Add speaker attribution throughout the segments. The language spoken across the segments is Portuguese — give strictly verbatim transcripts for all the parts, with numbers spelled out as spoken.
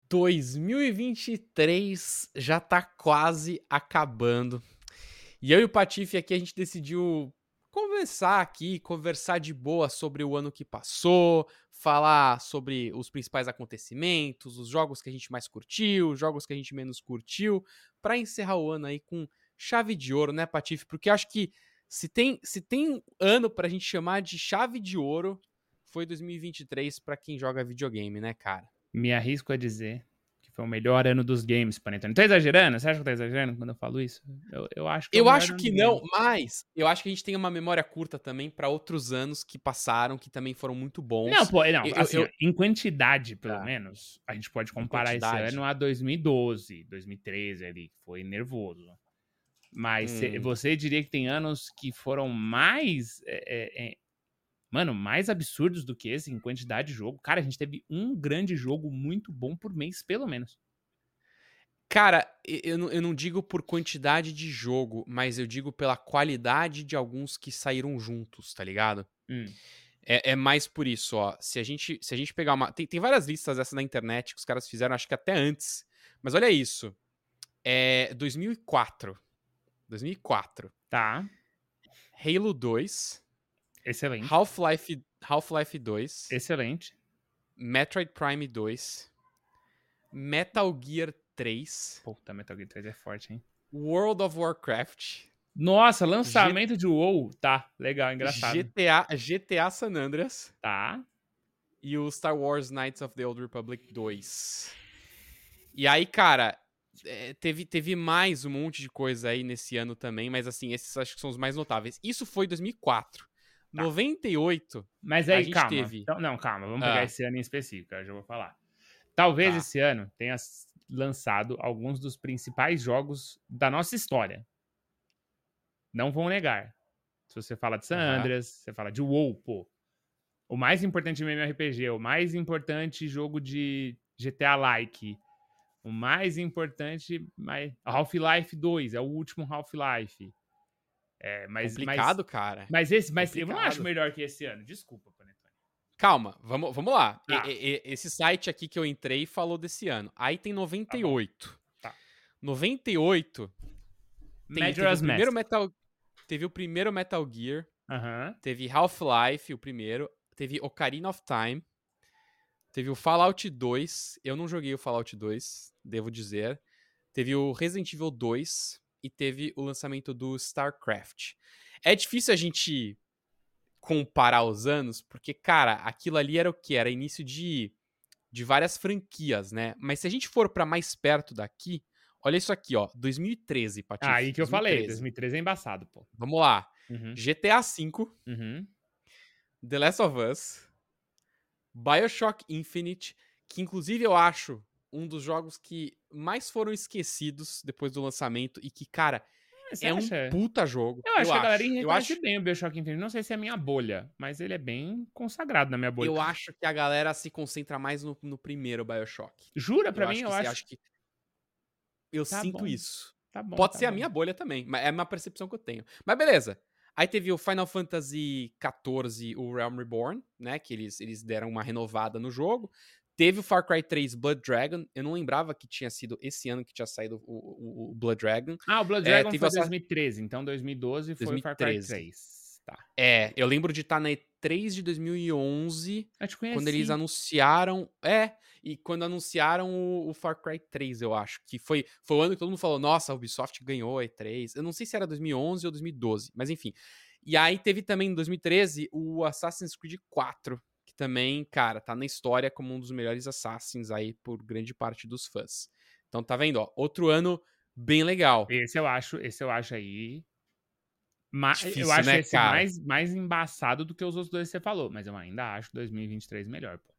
Speaker 1: dois mil e vinte e três já tá quase acabando. E eu e o Patife aqui, a gente decidiu conversar aqui, conversar de boa sobre o ano que passou, falar sobre os principais acontecimentos, os jogos que a gente mais curtiu, os jogos que a gente menos curtiu, pra encerrar o ano aí com chave de ouro, né, Patife? Porque eu acho que se tem, se tem ano pra gente chamar de chave de ouro, foi dois mil e vinte e três pra quem joga videogame, né, cara?
Speaker 2: Me arrisco a dizer que foi o melhor ano dos games, Panetone. Tô exagerando? Você acha que eu tô exagerando quando eu falo isso? Eu, eu acho que é o
Speaker 1: Eu
Speaker 2: melhor
Speaker 1: acho
Speaker 2: ano
Speaker 1: que
Speaker 2: dos
Speaker 1: não,
Speaker 2: games.
Speaker 1: mas eu acho que a gente tem uma memória curta também pra outros anos que passaram, que também foram muito
Speaker 2: Não,
Speaker 1: bons.
Speaker 2: pô, não,
Speaker 1: Eu, eu,
Speaker 2: assim, ó,
Speaker 1: eu-
Speaker 2: em quantidade, pelo
Speaker 1: tá,
Speaker 2: menos, a gente pode
Speaker 1: em
Speaker 2: comparar esse ano
Speaker 1: quantidade.
Speaker 2: a dois mil e doze, dois mil e treze ali, que foi nervoso. Mas cê-
Speaker 1: Hum.
Speaker 2: você diria que tem anos que foram mais, é, é, é, mano, mais absurdos do que esse em quantidade de jogo? Cara, a gente teve um grande jogo muito bom por mês, pelo menos.
Speaker 1: Cara, e- eu, não- eu não digo por quantidade de jogo, mas eu digo pela qualidade de alguns que saíram juntos, tá ligado?
Speaker 2: Hum.
Speaker 1: É, é mais por isso, ó. Se a gente, se a gente pegar uma. Tem, tem várias listas dessa na internet que os caras fizeram, acho que até antes. Mas olha isso. É dois mil e quatro. dois mil e quatro.
Speaker 2: Tá,
Speaker 1: Halo dois.
Speaker 2: excelente,
Speaker 1: Half-Life Half-Life dois,
Speaker 2: excelente.
Speaker 1: Metroid Prime dois, Metal Gear três,
Speaker 2: Puta, Metal Gear três é forte, hein?
Speaker 1: World of Warcraft,
Speaker 2: Nossa,
Speaker 1: G-
Speaker 2: lançamento de WoW. Tá, legal, engraçado.
Speaker 1: GTA, G T A San Andreas
Speaker 2: Tá.
Speaker 1: e o Star Wars Knights of the Old Republic dois. E aí, cara, é, teve, teve mais um monte de coisa aí nesse ano também, mas assim, esses acho que são os mais notáveis. Isso foi dois mil e quatro.
Speaker 2: Tá.
Speaker 1: noventa e oito,
Speaker 2: Mas
Speaker 1: a
Speaker 2: aí,
Speaker 1: gente
Speaker 2: calma.
Speaker 1: teve.
Speaker 2: Então, não, calma. Vamos pegar
Speaker 1: Ah,
Speaker 2: esse ano em específico. Eu já vou falar. Talvez
Speaker 1: tá.
Speaker 2: esse ano tenha s- lançado alguns dos principais jogos da nossa história. Não vão negar. Se você fala de San
Speaker 1: Aham.
Speaker 2: Andreas, você fala de WoW, pô. O mais importante MMORPG, o mais importante jogo de G T A-like. O mais importante. mais- Half-Life dois, é o último Half-Life. É, mas, mas,
Speaker 1: Complicado, cara.
Speaker 2: mas esse, mas eu não acho
Speaker 1: Complicado.
Speaker 2: melhor que esse ano. Desculpa, Panetone.
Speaker 1: Calma, vamos, vamos lá. E-
Speaker 2: Tá,
Speaker 1: e- e- esse site aqui que eu entrei falou desse ano. Aí tem
Speaker 2: tá bom.
Speaker 1: noventa e oito.
Speaker 2: Tá.
Speaker 1: noventa e oito tem, teve o
Speaker 2: Majora's
Speaker 1: primeiro
Speaker 2: Mask.
Speaker 1: Metal, teve o primeiro Metal Gear,
Speaker 2: Aham.
Speaker 1: teve Half-Life, o primeiro, teve Ocarina of Time, teve o Fallout dois. Eu não joguei o Fallout dois, devo dizer. Teve o Resident Evil dois e teve o lançamento do StarCraft. É difícil a gente comparar os anos, porque, cara, aquilo ali era o quê? Era início de, de várias franquias, né? Mas se a gente for pra mais perto daqui, olha isso aqui, ó, dois mil e treze,
Speaker 2: Ah, aí
Speaker 1: Patife,
Speaker 2: que eu falei,
Speaker 1: dois mil e treze.
Speaker 2: dois mil e treze é embaçado, pô.
Speaker 1: Vamos lá.
Speaker 2: Uhum,
Speaker 1: G T A V,
Speaker 2: uhum.
Speaker 1: The Last of Us, BioShock Infinite, que inclusive eu acho um dos jogos que mais foram esquecidos depois do lançamento e que, cara,
Speaker 2: Ah, você
Speaker 1: é um
Speaker 2: acha?
Speaker 1: puta jogo.
Speaker 2: Eu
Speaker 1: Eu
Speaker 2: acho que a
Speaker 1: acho.
Speaker 2: galerinha
Speaker 1: Eu
Speaker 2: reconhece
Speaker 1: acho,
Speaker 2: bem o BioShock Infinite. Não sei se é a minha bolha, mas ele é bem consagrado na minha bolha.
Speaker 1: eu acho que a galera se concentra mais no, no primeiro BioShock.
Speaker 2: Jura
Speaker 1: Eu
Speaker 2: pra mim?
Speaker 1: acho
Speaker 2: Eu
Speaker 1: que, eu
Speaker 2: acho.
Speaker 1: acho que eu
Speaker 2: Tá
Speaker 1: sinto
Speaker 2: bom,
Speaker 1: isso.
Speaker 2: tá bom,
Speaker 1: Pode
Speaker 2: tá
Speaker 1: ser a
Speaker 2: bom.
Speaker 1: minha bolha também, mas é uma percepção que eu tenho. Mas beleza. Aí teve o Final Fantasy quatorze, o Realm Reborn, né? Que eles, eles deram uma renovada no jogo. Teve o Far Cry três Blood Dragon. Eu não lembrava que tinha sido esse ano que tinha saído o, o, o Blood Dragon.
Speaker 2: Ah, o Blood
Speaker 1: É,
Speaker 2: Dragon
Speaker 1: teve o
Speaker 2: foi
Speaker 1: Assa-
Speaker 2: dois mil e treze, então dois mil e doze foi o Far Cry
Speaker 1: dois mil e treze.
Speaker 2: três. Tá.
Speaker 1: É, eu lembro de estar na E três de dois mil e onze,
Speaker 2: Eu te
Speaker 1: quando eles
Speaker 2: conheci.
Speaker 1: anunciaram. É, e quando anunciaram o, o Far Cry três, eu acho. Que foi, foi o ano que todo mundo falou: nossa, a Ubisoft ganhou a E três. Eu não sei se era dois mil e onze ou dois mil e doze, mas enfim. E aí teve também em dois mil e treze o Assassin's Creed quatro, que também, cara, tá na história como um dos melhores Assassins aí por grande parte dos fãs. Então tá vendo, ó, outro ano bem legal.
Speaker 2: Esse eu acho, esse eu acho aí. ma- Eu
Speaker 1: Difícil,
Speaker 2: acho
Speaker 1: né,
Speaker 2: esse
Speaker 1: cara?
Speaker 2: mais, mais embaçado do que os outros dois que você falou, mas eu ainda acho dois mil e vinte e três melhor, pô.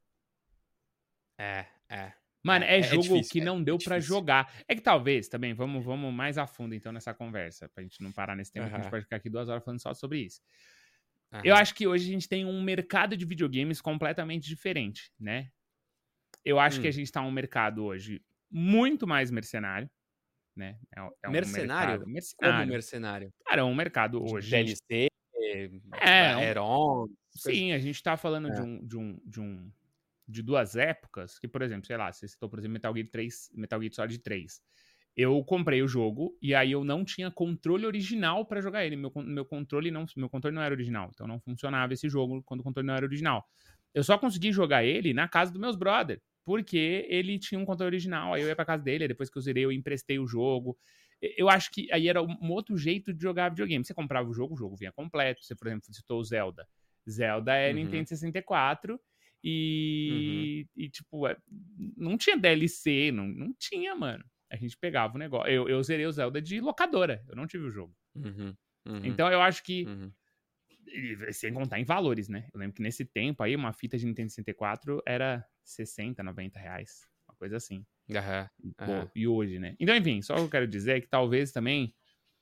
Speaker 1: É, é.
Speaker 2: Mano,
Speaker 1: É,
Speaker 2: é
Speaker 1: é, é
Speaker 2: jogo
Speaker 1: difícil,
Speaker 2: que
Speaker 1: é,
Speaker 2: não
Speaker 1: é
Speaker 2: deu pra
Speaker 1: difícil.
Speaker 2: jogar. É que talvez também, vamos, vamos mais a fundo então nessa conversa, pra gente não parar nesse tema, que a gente
Speaker 1: Aham,
Speaker 2: pode ficar aqui duas horas falando só sobre isso. Eu
Speaker 1: aham.
Speaker 2: acho que hoje a gente tem um mercado de videogames completamente diferente, né? Eu acho que a
Speaker 1: Hum.
Speaker 2: gente tá num mercado hoje muito mais mercenário, né? É, é um mercado
Speaker 1: Mercenário? Como
Speaker 2: mercenário.
Speaker 1: mercenário?
Speaker 2: Cara, é um mercado
Speaker 1: De
Speaker 2: hoje, a gente.
Speaker 1: D L C,
Speaker 2: É, é um-
Speaker 1: add-ons, coisas.
Speaker 2: sim, a gente tá falando de
Speaker 1: É.
Speaker 2: um, de um, de um de duas épocas, que, por exemplo, sei lá, você citou, por exemplo, Metal Gear três, Metal Gear Solid três. Eu comprei o jogo e aí eu não tinha controle original pra jogar ele. Meu, meu, controle não, meu controle não era original, então não funcionava esse jogo quando o controle não era original. Eu só consegui jogar ele na casa dos meus brother, porque ele tinha um controle original, aí eu ia pra casa dele, aí depois que eu zerei eu emprestei o jogo. Eu acho que aí era um outro jeito de jogar videogame. Você comprava o jogo, o jogo vinha completo. Você, por exemplo, citou o Zelda. Zelda é
Speaker 1: Uhum.
Speaker 2: Nintendo sessenta e quatro e,
Speaker 1: Uhum.
Speaker 2: e tipo, é, não tinha D L C, não, não tinha, mano. A gente pegava o negócio. Eu, eu zerei o Zelda de locadora, eu não tive o jogo.
Speaker 1: Uhum. Uhum.
Speaker 2: Então eu acho que,
Speaker 1: Uhum.
Speaker 2: sem contar em valores, né? Eu lembro que nesse tempo aí, uma fita de Nintendo sessenta e quatro era sessenta, noventa reais. Uma coisa assim.
Speaker 1: Aham.
Speaker 2: Pô,
Speaker 1: Aham.
Speaker 2: e hoje, né? Então, enfim, só o que eu quero dizer é que talvez também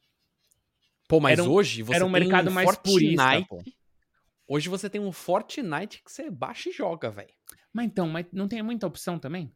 Speaker 1: Pô, mas
Speaker 2: era um,
Speaker 1: hoje
Speaker 2: era
Speaker 1: você
Speaker 2: um
Speaker 1: tem um
Speaker 2: mercado mais purista,
Speaker 1: Fortnite.
Speaker 2: pô.
Speaker 1: Hoje você tem um Fortnite que você baixa e joga, velho.
Speaker 2: Mas então, mas não tem muita opção também?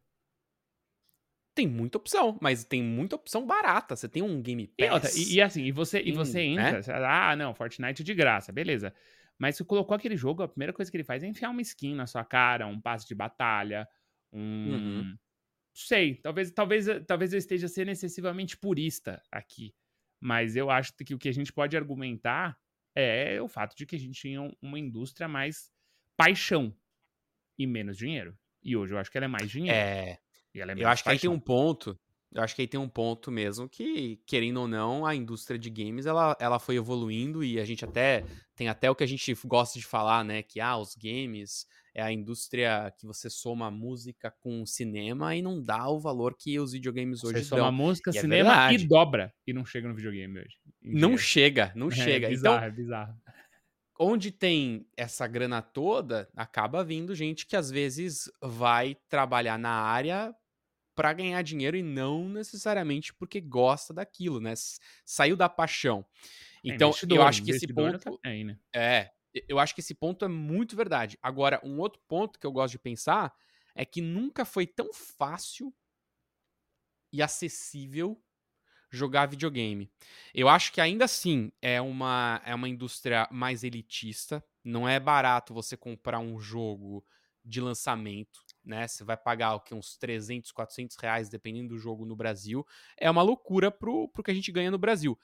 Speaker 1: Tem muita opção, mas tem muita opção barata. Você tem um Game
Speaker 2: E outra, e,
Speaker 1: Pass.
Speaker 2: e assim, e você, e
Speaker 1: Tem,
Speaker 2: você
Speaker 1: né?
Speaker 2: entra, você fala, ah, não, Fortnite é de graça, beleza. Mas você colocou aquele jogo, a primeira coisa que ele faz é enfiar uma skin na sua cara, um passe de batalha,
Speaker 1: Uhum.
Speaker 2: um... Sei, talvez, talvez, talvez eu esteja sendo excessivamente purista aqui. Mas eu acho que o que a gente pode argumentar é o fato de que a gente tinha uma indústria mais paixão e menos dinheiro. E hoje eu acho que ela é mais dinheiro.
Speaker 1: É.
Speaker 2: E ela é
Speaker 1: Eu
Speaker 2: menos
Speaker 1: acho que aí tem
Speaker 2: paixão.
Speaker 1: um ponto. Eu acho que aí tem um ponto mesmo que, querendo ou não, a indústria de games ela, ela foi evoluindo e a gente até tem até o que a gente gosta de falar, né? Que ah, os games é a indústria que você soma música com cinema e não dá o valor que os videogames
Speaker 2: Você
Speaker 1: hoje
Speaker 2: soma
Speaker 1: dão.
Speaker 2: música,
Speaker 1: E é
Speaker 2: cinema e
Speaker 1: verdade.
Speaker 2: dobra. E não chega no videogame hoje, em
Speaker 1: Não
Speaker 2: dinheiro.
Speaker 1: chega, não
Speaker 2: É
Speaker 1: chega. Então,
Speaker 2: bizarro, é bizarro.
Speaker 1: onde tem essa grana toda, acaba vindo gente que às vezes vai trabalhar na área para ganhar dinheiro e não necessariamente porque gosta daquilo, né? S- Saiu da paixão.
Speaker 2: É
Speaker 1: Então, eu
Speaker 2: investidor,
Speaker 1: acho que esse
Speaker 2: investidor tá
Speaker 1: ponto
Speaker 2: aí, né?
Speaker 1: é, e- eu acho que esse ponto é muito verdade. Agora, um outro ponto que eu gosto de pensar é que nunca foi tão fácil e acessível jogar videogame. Eu acho que ainda assim é uma, é uma indústria mais elitista. Não é barato você comprar um jogo de lançamento, né? Você vai pagar o que, uns trezentos, quatrocentos reais, dependendo do jogo no Brasil. É uma loucura pro, pro que a gente ganha no Brasil.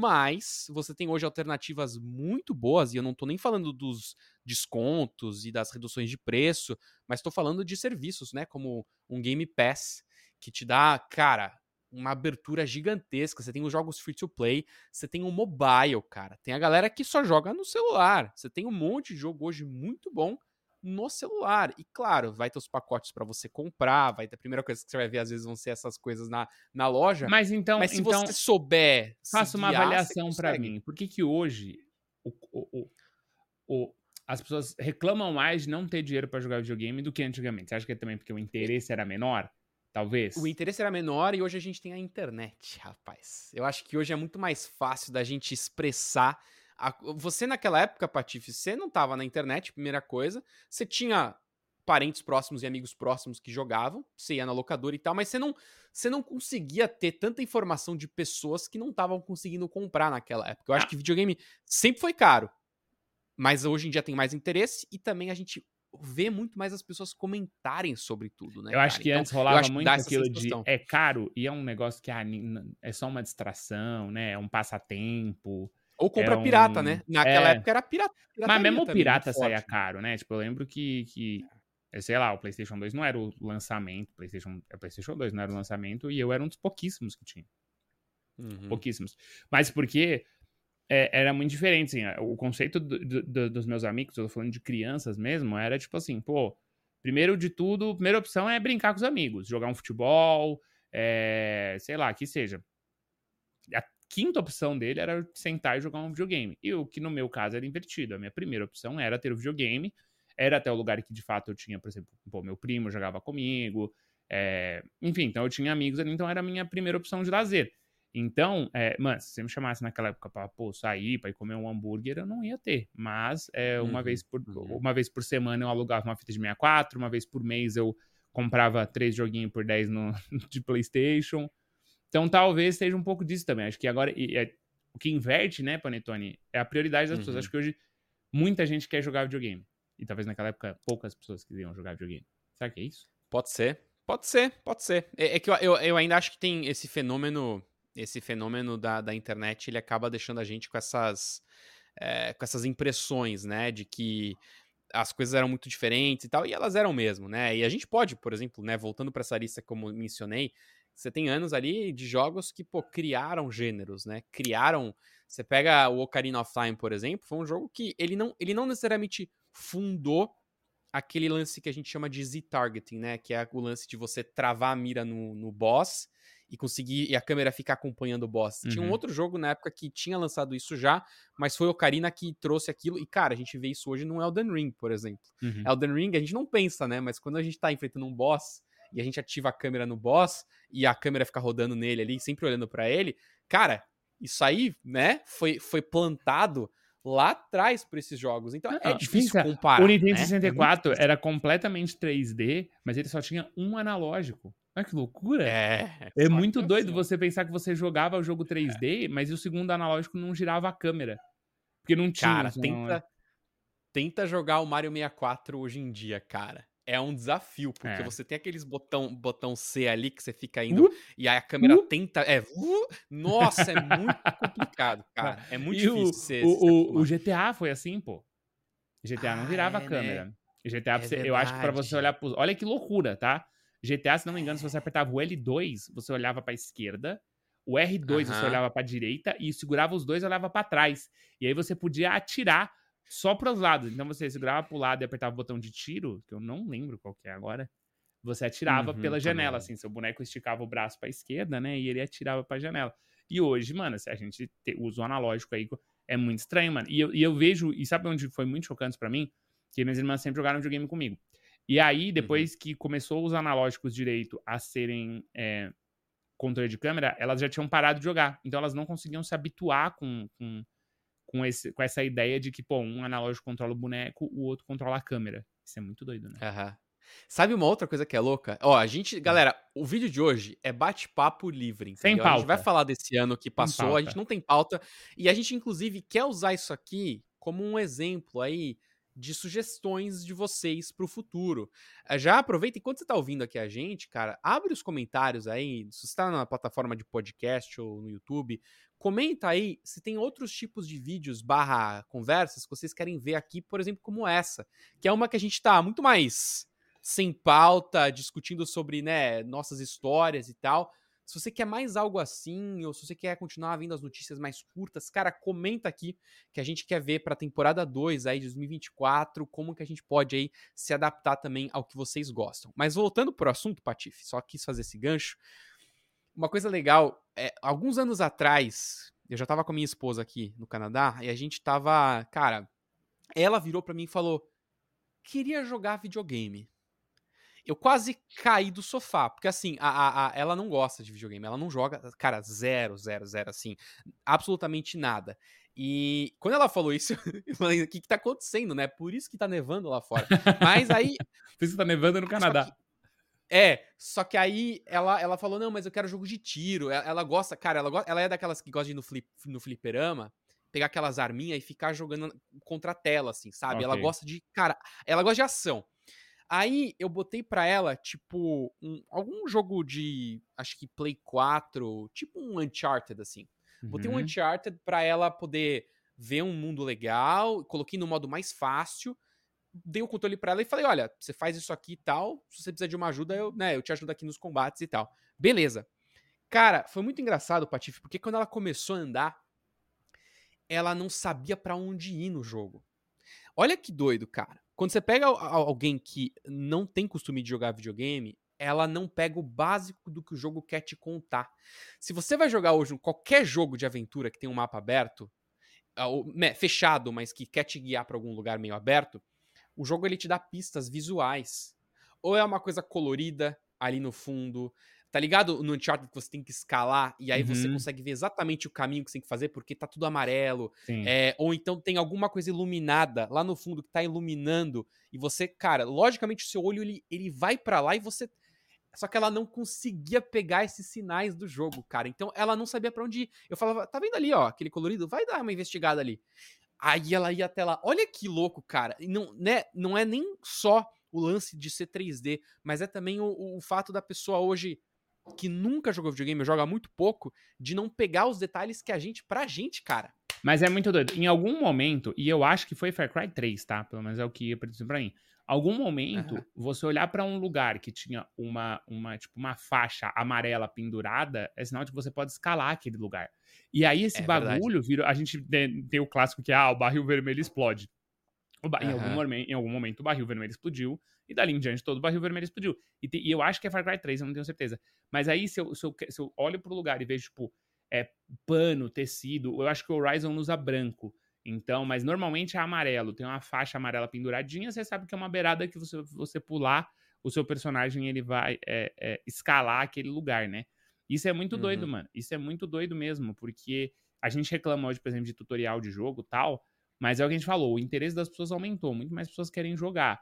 Speaker 1: Mas você tem hoje alternativas muito boas, e eu não tô nem falando dos descontos e das reduções de preço, mas tô falando de serviços, né? Como um Game Pass, que te dá, cara, uma abertura gigantesca. Você tem os jogos free to play, você tem o mobile, cara. Tem a galera que só joga no celular. Você tem um monte de jogo hoje muito bom no celular. E claro, vai ter os pacotes para você comprar, vai ter a primeira coisa que você vai ver às vezes vão ser essas coisas na, na loja.
Speaker 2: Mas então,
Speaker 1: Mas se você
Speaker 2: então
Speaker 1: souber se
Speaker 2: faça uma
Speaker 1: guiar, você
Speaker 2: avaliação pra
Speaker 1: consegue.
Speaker 2: mim. Por que que hoje o, o, o, o- as pessoas reclamam mais de não ter dinheiro pra jogar videogame do que antigamente? Você acha que é também porque o interesse era menor?
Speaker 1: O
Speaker 2: Talvez?
Speaker 1: interesse era menor e hoje a gente tem a internet, rapaz. Eu acho que hoje é muito mais fácil da gente expressar. a- Você, naquela época, Patife, você não tava na internet, primeira coisa. Você tinha parentes próximos e amigos próximos que jogavam, você ia na locadora e tal, mas você não, você não conseguia ter tanta informação de pessoas que não estavam conseguindo comprar naquela época. Eu acho
Speaker 2: Ah,
Speaker 1: que videogame sempre foi caro, mas hoje em dia tem mais interesse e também a gente vê muito mais as pessoas comentarem sobre tudo, né,
Speaker 2: eu acho
Speaker 1: cara?
Speaker 2: que
Speaker 1: Então,
Speaker 2: antes
Speaker 1: eu
Speaker 2: rolava
Speaker 1: acho que dá
Speaker 2: muito
Speaker 1: essa
Speaker 2: aquilo de
Speaker 1: sensação.
Speaker 2: é caro e é um negócio que ah, nin- é só uma distração, né? É um passatempo,
Speaker 1: Ou
Speaker 2: é
Speaker 1: compra pirata,
Speaker 2: um.
Speaker 1: né? Naquela
Speaker 2: É.
Speaker 1: época era pira
Speaker 2: Mas
Speaker 1: pirataria
Speaker 2: mesmo o
Speaker 1: também, muito
Speaker 2: pirata saía
Speaker 1: forte.
Speaker 2: caro, né? Tipo, eu lembro que, que eh, sei lá, o PlayStation dois não era o lançamento. PlayStation, é PlayStation dois não era o lançamento e eu era um dos pouquíssimos que tinha.
Speaker 1: Uhum.
Speaker 2: Pouquíssimos. Mas porque é, era muito diferente, assim. O conceito do, do, do, dos meus amigos, eu tô falando de crianças mesmo, era tipo assim, pô, primeiro de tudo, a primeira opção é brincar com os amigos, jogar um futebol, é, sei lá, que seja. A quinta opção dele era sentar e jogar um videogame. E o que no meu caso era invertido. A minha primeira opção era ter o videogame. Era até o lugar que de fato eu tinha, por exemplo, pô, meu primo jogava comigo. É, enfim, então eu tinha amigos ali, então era a minha primeira opção de lazer. Então, é, mano, se você me chamasse naquela época pra pô, sair, pra ir comer um hambúrguer, eu não ia ter. Mas é, uma,
Speaker 1: Uhum.
Speaker 2: vez por,
Speaker 1: Uhum.
Speaker 2: uma vez por semana eu alugava uma fita de sessenta e quatro, uma vez por mês eu comprava três joguinhos por dez no, de PlayStation. Então talvez seja um pouco disso também. Acho que agora e, é, o que inverte, né, Panetone, é a prioridade das pessoas. Acho
Speaker 1: Uhum.
Speaker 2: que hoje muita gente quer jogar videogame. E talvez naquela época poucas pessoas queriam jogar videogame. Será que é isso?
Speaker 1: Pode ser, pode ser, pode ser. É, é que eu, eu, eu ainda acho que tem esse fenômeno, esse fenômeno da, da internet, ele acaba deixando a gente com essas, é, com essas impressões, né, de que as coisas eram muito diferentes e tal, e elas eram mesmo, né? E a gente pode, por exemplo, né, voltando para essa lista como mencionei, você tem anos ali de jogos que, pô, criaram gêneros, né? Criaram. Você pega o Ocarina of Time, por exemplo, foi um jogo que ele não, ele não necessariamente fundou aquele lance que a gente chama de Z-targeting, né? Que é o lance de você travar a mira no, no boss e conseguir e a câmera ficar acompanhando o boss. Uhum. Tinha um outro jogo na época que tinha lançado isso já, mas foi o Ocarina que trouxe aquilo. E, cara, a gente vê isso hoje no Elden Ring, por exemplo. Uhum. Elden Ring, a gente não pensa, né? Mas quando a gente tá enfrentando um boss e a gente ativa a câmera no boss e a câmera fica rodando nele ali, sempre olhando para ele, cara, isso aí, né, foi, foi plantado lá atrás por esses jogos. Então
Speaker 2: não,
Speaker 1: é difícil pensa, comparar.
Speaker 2: O Nintendo
Speaker 1: né?
Speaker 2: sessenta e quatro é era completamente três D, mas ele só tinha um analógico. Olha que loucura.
Speaker 1: É,
Speaker 2: é muito doido você pensar que você jogava o jogo três D, é. mas o segundo analógico não girava a câmera. Porque não tinha.
Speaker 1: Cara, tenta, tenta jogar o Mario sessenta e quatro hoje em dia, cara. É um desafio, porque é. você tem aqueles botão, botão C ali que você fica indo uh, e aí a câmera uh, tenta. É, uh, nossa, é muito complicado, cara. É muito
Speaker 2: e
Speaker 1: difícil
Speaker 2: o,
Speaker 1: ser.
Speaker 2: O, o, o G T A foi assim, pô. G T A ah, não virava
Speaker 1: é,
Speaker 2: a câmera.
Speaker 1: Né?
Speaker 2: G T A, é você, eu acho que pra você olhar pro. Olha que loucura, tá? G T A, se não me engano, se você apertava o L dois, você olhava pra esquerda. O R dois uh-huh. você olhava pra direita. E segurava os dois e olhava pra trás. E aí você podia atirar só para os lados. Então você segurava pro lado e apertava o botão de tiro, que eu não lembro qual que é agora. Você atirava uhum, pela janela, também. Assim. Seu boneco esticava o braço pra esquerda, né? E ele atirava pra janela. E hoje, mano, se a gente te, usa o analógico aí, é muito estranho, mano. E eu, e eu vejo... E sabe onde foi muito chocante pra mim? Que minhas irmãs sempre jogaram videogame comigo. E aí, depois uhum. que começou os analógicos direito a serem é, controle de câmera, elas já tinham parado de jogar. Então elas não conseguiam se habituar com... com Com, esse, com essa ideia de que, pô, um analógico controla o boneco, o outro controla a câmera. Isso é muito doido, né?
Speaker 1: Aham. Uhum. Sabe uma outra coisa que é louca? Ó, a gente... Galera, o vídeo de hoje é bate-papo livre, entendeu?
Speaker 2: Sem pauta.
Speaker 1: A gente vai falar desse ano que passou, a gente não tem pauta. E a gente, inclusive, quer usar isso aqui como um exemplo aí de sugestões de vocês pro futuro. Já aproveita, enquanto você tá ouvindo aqui a gente, cara, abre os comentários aí, se você tá na plataforma de podcast ou no YouTube, comenta aí se tem outros tipos de vídeos barra conversas que vocês querem ver aqui, por exemplo, como essa, que é uma que a gente tá muito mais sem pauta, discutindo sobre, né, nossas histórias e tal. Se você quer mais algo assim, ou se você quer continuar vendo as notícias mais curtas, cara, comenta aqui que a gente quer ver pra temporada dois aí de dois mil e vinte e quatro, como que a gente pode aí se adaptar também ao que vocês gostam. Mas voltando pro assunto, Patife, só quis fazer esse gancho. Uma coisa legal, é, alguns anos atrás, eu já tava com a minha esposa aqui no Canadá, e a gente tava, cara, ela virou pra mim e falou, queria jogar videogame. Eu quase caí do sofá, porque assim, a, a, a, ela não gosta de videogame, ela não joga, cara, zero, zero, zero, assim, absolutamente nada. E quando ela falou isso, eu falei, o que que tá acontecendo, né? Por isso que tá nevando lá fora. Mas aí...
Speaker 2: Por isso que tá nevando no Canadá.
Speaker 1: Só que, é, só que aí ela, ela falou, não, mas eu quero jogo de tiro. Ela, ela gosta, cara, ela, gosta, ela é daquelas que gosta de ir no, flip, no fliperama, pegar aquelas arminhas e ficar jogando contra a tela, assim, sabe? Okay. Ela gosta de, cara, ela gosta de ação. Aí eu botei pra ela, tipo, um, algum jogo de, acho que Play quatro, tipo um Uncharted, assim. Uhum. Botei um Uncharted pra ela poder ver um mundo legal, coloquei no modo mais fácil, dei o controle pra ela e falei, olha, você faz isso aqui e tal, se você precisar de uma ajuda, eu, né, eu te ajudo aqui nos combates e tal. Beleza. Cara, foi muito engraçado, Patife, porque quando ela começou a andar, ela não sabia pra onde ir no jogo. Olha que doido, cara. Quando você pega alguém que não tem costume de jogar videogame, ela não pega o básico do que o jogo quer te contar. Se você vai jogar hoje qualquer jogo de aventura que tem um mapa aberto, fechado, mas que quer te guiar para algum lugar meio aberto, o jogo ele te dá pistas visuais. Ou é uma coisa colorida ali no fundo, tá ligado? No Uncharted que você tem que escalar e aí uhum. você consegue ver exatamente o caminho que você tem que fazer porque tá tudo amarelo. É, ou então tem alguma coisa iluminada lá no fundo que tá iluminando e você, cara, logicamente o seu olho ele, ele vai pra lá e você... Só que ela não conseguia pegar esses sinais do jogo, cara. Então ela não sabia pra onde ir. Eu falava, tá vendo ali, ó, aquele colorido? Vai dar uma investigada ali. Aí ela ia até lá. Olha que louco, cara. E não, né, não é nem só o lance de ser três D, mas é também o, o fato da pessoa hoje que nunca jogou videogame, joga muito pouco, de não pegar os detalhes que a gente, pra gente, cara.
Speaker 2: Mas é muito doido. Em algum momento, e eu acho que foi Far Cry três, tá? Pelo menos é o que apareceu pra mim. Algum momento,
Speaker 1: Uhum.
Speaker 2: você olhar pra um lugar que tinha uma, uma, tipo, uma faixa amarela pendurada, é sinal de que você pode escalar aquele lugar. E aí esse
Speaker 1: É verdade.
Speaker 2: bagulho virou... A gente tem, tem o clássico que é, ah, o barril vermelho explode. O ba- em, algum
Speaker 1: Uhum.
Speaker 2: momento, em algum momento o barril vermelho explodiu, e dali em diante todo o barril vermelho explodiu. E, te- e eu acho que é Far Cry três, eu não tenho certeza. Mas aí, se eu, se eu, se eu olho pro lugar e vejo, tipo, é, pano, tecido, eu acho que o Horizon usa branco. Então, mas normalmente é amarelo. Tem uma faixa amarela penduradinha, você sabe que é uma beirada que você, você pular, o seu personagem ele vai é, é, escalar aquele lugar, né? Isso é muito doido,
Speaker 1: Uhum.
Speaker 2: mano. Isso é muito doido mesmo, porque a gente reclama hoje, por exemplo, de tutorial de jogo e tal, mas é o que a gente falou, o interesse das pessoas aumentou, muito mais pessoas querem jogar.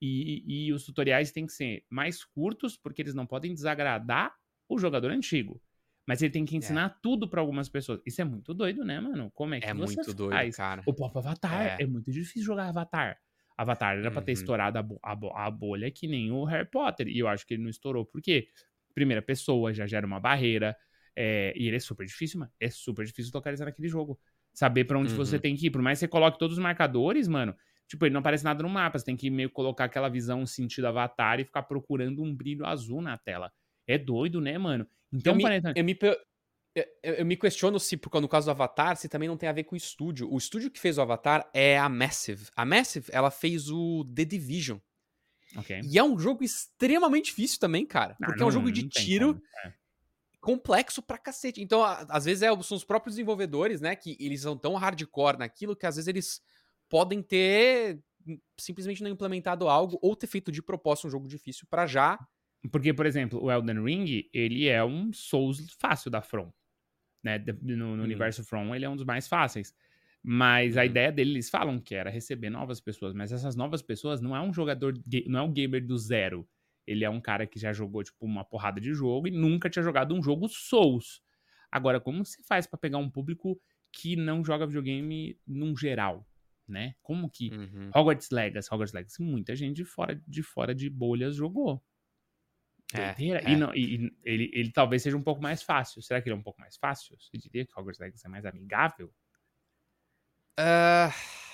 Speaker 2: E, e os tutoriais têm que ser mais curtos, porque eles não podem desagradar o jogador antigo. Mas ele tem que
Speaker 1: É.
Speaker 2: ensinar tudo pra algumas pessoas. Isso é muito doido, né, mano? Como é que
Speaker 1: É
Speaker 2: você
Speaker 1: muito doido,
Speaker 2: faz?
Speaker 1: cara.
Speaker 2: O próprio Avatar,
Speaker 1: É.
Speaker 2: é muito difícil jogar Avatar. Avatar era pra ter
Speaker 1: Uhum.
Speaker 2: estourado a, bo- a bo- a bolha que nem o Harry Potter. E eu acho que ele não estourou. Por quê? Primeira pessoa, já gera uma barreira. é, e ele é super difícil, mano. É super difícil localizar naquele jogo. Saber pra onde você
Speaker 1: Uhum.
Speaker 2: tem que ir. Por mais que você coloque todos os marcadores, mano, tipo, ele não aparece nada no mapa. Você tem que meio colocar aquela visão sentido Avatar e ficar procurando um brilho azul na tela. É doido, né, mano?
Speaker 1: Eu
Speaker 2: Então,
Speaker 1: me,
Speaker 2: Panetone,
Speaker 1: eu me, pe- eu, eu- eu me questiono se, por- no caso do Avatar, se também não tem a ver com o estúdio. O estúdio que fez o Avatar é a Massive. A Massive, ela fez o The Division.
Speaker 2: ok.
Speaker 1: E é um jogo extremamente difícil também, cara.
Speaker 2: Ah,
Speaker 1: Porque é
Speaker 2: não,
Speaker 1: um jogo de
Speaker 2: não tem
Speaker 1: tiro
Speaker 2: como. É.
Speaker 1: complexo pra cacete. Então, a- às vezes, é, são os próprios desenvolvedores, né? Que eles são tão hardcore naquilo que às vezes eles podem ter hum, simplesmente não implementado algo ou ter feito de propósito um jogo difícil pra já.
Speaker 2: Porque, por exemplo, o Elden Ring, ele é um Souls fácil da From. Né? De- No, no
Speaker 1: Hum,
Speaker 2: universo From, ele é um dos mais fáceis. Mas a
Speaker 1: uhum,
Speaker 2: ideia dele, eles falam que era receber novas pessoas. Mas essas novas pessoas não é um jogador, ga- não é um gamer do zero. Ele é um cara que já jogou, tipo, uma porrada de jogo e nunca tinha jogado um jogo Souls. Agora, como se faz pra pegar um público que não joga videogame num geral, né? Como que
Speaker 1: uhum.
Speaker 2: Hogwarts Legacy, Hogwarts Legacy, muita gente de fora de, fora de bolhas jogou.
Speaker 1: É,
Speaker 2: Doideira. E,
Speaker 1: é.
Speaker 2: não, e, e ele, ele talvez seja um pouco mais fácil. Será que ele é um pouco mais fácil? Você diria que Hogwarts Legacy é mais amigável?
Speaker 1: Ah,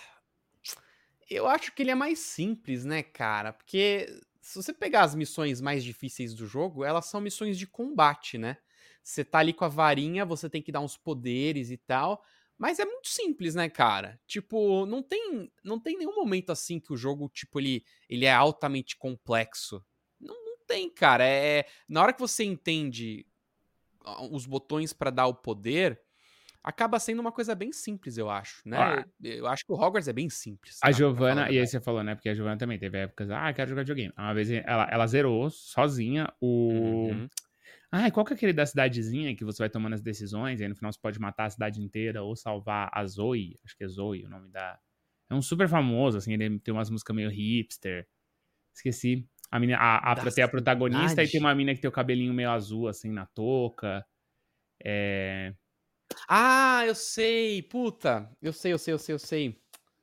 Speaker 1: eu acho que ele é mais simples, né, cara? Porque se você pegar as missões mais difíceis do jogo, elas são missões de combate, né? Você tá ali com a varinha, você tem que dar uns poderes e tal. Mas é muito simples, né, cara? Tipo, não tem, não tem nenhum momento assim que o jogo, tipo, ele, ele é altamente complexo. Não, não tem, cara. É, na hora que você entende ah, os botões pra dar o poder, acaba sendo uma coisa bem simples, eu acho,
Speaker 2: Ó,
Speaker 1: né? Eu acho que o Hogwarts é bem simples,
Speaker 2: a
Speaker 1: pra, pra falar a
Speaker 2: Giovanna, e aí
Speaker 1: verdade.
Speaker 2: você falou, né? Porque a Giovanna também teve épocas, ah, quero jogar videogame. Uma vez ela, ela zerou sozinha o.
Speaker 1: Uhum.
Speaker 2: Ah, qual que é aquele da cidadezinha que você vai tomando as decisões, e aí no final você pode matar a cidade inteira ou salvar a Zoe? Acho que é Zoe o nome da. É um super famoso, assim, ele tem umas músicas meio hipster. Esqueci. A mina, a, a,
Speaker 1: Da
Speaker 2: tem a protagonista e tem
Speaker 1: cidade?
Speaker 2: uma mina que tem o cabelinho meio azul, assim, na touca. É...
Speaker 1: Ah, eu sei, puta. Eu sei, eu sei, eu sei, eu sei.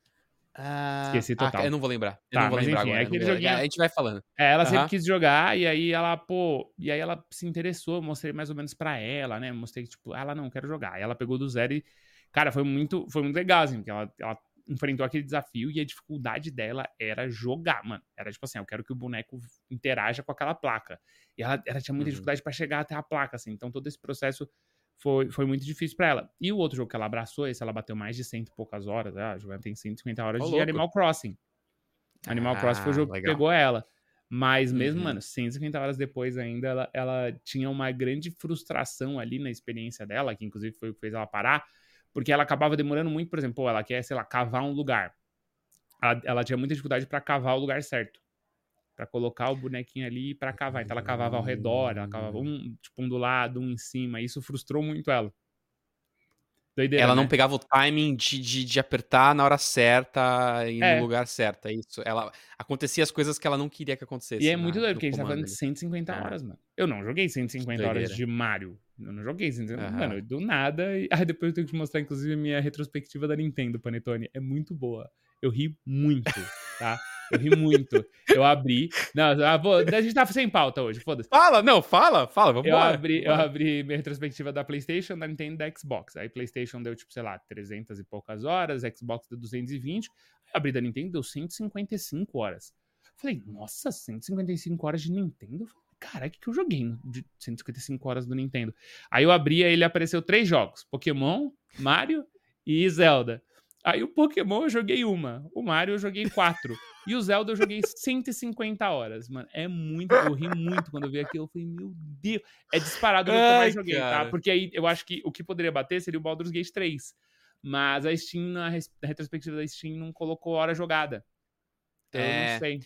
Speaker 1: Ah,
Speaker 2: Esqueci
Speaker 1: ah, eu
Speaker 2: total.
Speaker 1: não vou lembrar. Eu não
Speaker 2: Tá,
Speaker 1: vou
Speaker 2: mas
Speaker 1: lembrar
Speaker 2: enfim, é
Speaker 1: agora. Eu não
Speaker 2: aquele
Speaker 1: vou... A
Speaker 2: joguinho.
Speaker 1: gente vai falando.
Speaker 2: É, ela sempre
Speaker 1: Aham.
Speaker 2: quis jogar, e aí ela, pô. E aí ela se interessou, eu mostrei mais ou menos pra ela, né? Mostrei que, tipo, ela não, quero jogar. Aí ela pegou do zero e. Cara, foi muito, foi muito legal, assim, porque ela, ela enfrentou aquele desafio e a dificuldade dela era jogar, mano. Era tipo assim, eu quero que o boneco interaja com aquela placa. E ela, ela tinha muita
Speaker 1: Uhum.
Speaker 2: dificuldade pra chegar até a placa, assim. Então todo esse processo foi, foi muito difícil pra ela. E o outro jogo que ela abraçou, esse ela bateu mais de cento e poucas horas, ah, a Giovanna tem cento e cinquenta horas
Speaker 1: Ô,
Speaker 2: de
Speaker 1: louco.
Speaker 2: Animal Crossing. Animal Crossing foi o
Speaker 1: Ah,
Speaker 2: jogo que
Speaker 1: legal.
Speaker 2: pegou ela. Mas mesmo,
Speaker 1: Uhum.
Speaker 2: mano, cento e cinquenta horas depois ainda, ela, ela tinha uma grande frustração ali na experiência dela, que inclusive foi o que fez ela parar, porque ela acabava demorando muito, por exemplo, pô, ela quer, sei lá, cavar um lugar. Ela, ela tinha muita dificuldade pra cavar o lugar certo. Pra colocar o bonequinho ali pra cavar. Então ela cavava ao redor, ela cavava um, tipo, um do lado, um em cima. E isso frustrou muito ela. Doideira,
Speaker 1: Ela não
Speaker 2: né?
Speaker 1: pegava o timing de, de, de apertar na hora certa e no
Speaker 2: É.
Speaker 1: lugar certo, é isso. Ela acontecia as coisas que ela não queria que
Speaker 2: E é
Speaker 1: acontecesse
Speaker 2: muito
Speaker 1: na,
Speaker 2: doido,
Speaker 1: no
Speaker 2: porque a gente tá falando
Speaker 1: comando
Speaker 2: de
Speaker 1: ali.
Speaker 2: cento e cinquenta
Speaker 1: É,
Speaker 2: horas, mano. Eu não joguei
Speaker 1: que
Speaker 2: cento e cinquenta horas
Speaker 1: doideira.
Speaker 2: de Mario. Eu não joguei cento e cinquenta.
Speaker 1: Aham.
Speaker 2: Mano, do nada. E... Ah, depois eu tenho que te mostrar, inclusive, a minha retrospectiva da Nintendo, Panetone. É muito boa. Eu ri muito, tá? Eu ri muito. Eu abri. Não, ah, vou, a gente tá sem pauta hoje, foda-se.
Speaker 1: Fala, não, fala, fala,
Speaker 2: Eu
Speaker 1: vambora.
Speaker 2: abri, eu
Speaker 1: vambora.
Speaker 2: abri minha retrospectiva da PlayStation, da Nintendo e da Xbox. Aí PlayStation deu, tipo, sei lá, trezentas e poucas horas, Xbox deu duzentas e vinte. Aí eu abri da Nintendo, deu cento e cinquenta e cinco horas. Falei, nossa, cento e cinquenta e cinco horas de Nintendo? Caraca, o que, que eu joguei de cento e cinquenta e cinco horas do Nintendo? Aí eu abri, aí ele apareceu três jogos: Pokémon, Mario e Zelda. Aí o Pokémon eu joguei uma, o Mario eu joguei quatro. E o Zelda eu joguei cento e cinquenta horas, mano. É muito. Eu ri muito quando eu vi aquilo. Eu falei, meu Deus. É disparado o jogo que eu mais
Speaker 1: Ai,
Speaker 2: joguei, tá?
Speaker 1: cara.
Speaker 2: Porque aí eu acho que o que poderia bater seria o Baldur's Gate três. Mas a Steam, na res- na retrospectiva da Steam, não colocou hora jogada. Então eu não
Speaker 1: É.
Speaker 2: sei.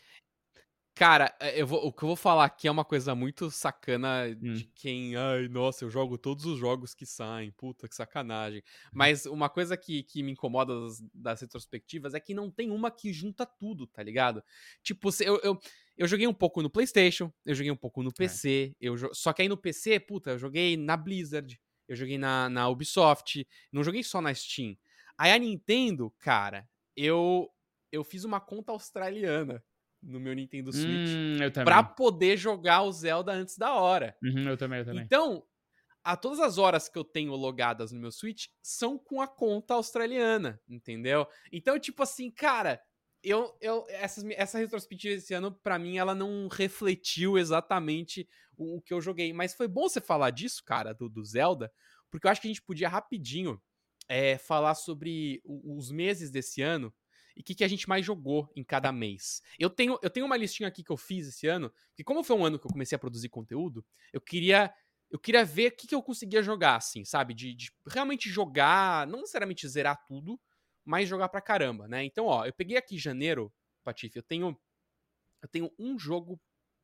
Speaker 1: Cara, é, eu vou- o que eu vou falar aqui é uma coisa muito sacana de
Speaker 2: Hum.
Speaker 1: quem. Ai, nossa, eu jogo todos os jogos que saem. Puta, que sacanagem. Mas uma coisa que, que me incomoda das, das retrospectivas é que não tem uma que junta tudo, tá ligado? Tipo, se- eu, eu, eu joguei um pouco no PlayStation, eu joguei um pouco no
Speaker 2: É.
Speaker 1: P C. Eu, jo- só que aí no P C, puta, eu joguei na Blizzard, eu joguei na, na Ubisoft, não joguei só na Steam. Aí a Nintendo, cara, eu, eu fiz uma conta australiana no meu Nintendo Switch
Speaker 2: Hum, eu
Speaker 1: pra
Speaker 2: também.
Speaker 1: poder jogar o Zelda antes da hora.
Speaker 2: Uhum, eu também, eu também.
Speaker 1: Então, a todas as horas que eu tenho logadas no meu Switch são com a conta australiana, entendeu? Então, tipo assim, cara, eu, eu essas, essa retrospectiva esse ano, pra mim, ela não refletiu exatamente o, o que eu joguei. Mas foi bom você falar disso, cara, do, do Zelda, porque eu acho que a gente podia rapidinho é, falar sobre o, os meses desse ano e o que, que a gente mais jogou em cada mês. Eu tenho, eu tenho uma listinha aqui que eu fiz esse ano, porque como foi um ano que eu comecei a produzir conteúdo, eu queria eu queria ver o que, que eu conseguia jogar, assim, sabe? De, de realmente jogar, não necessariamente zerar tudo, mas jogar pra caramba, né? Então, ó, eu peguei aqui janeiro, Patife, eu tenho, eu tenho um jogo,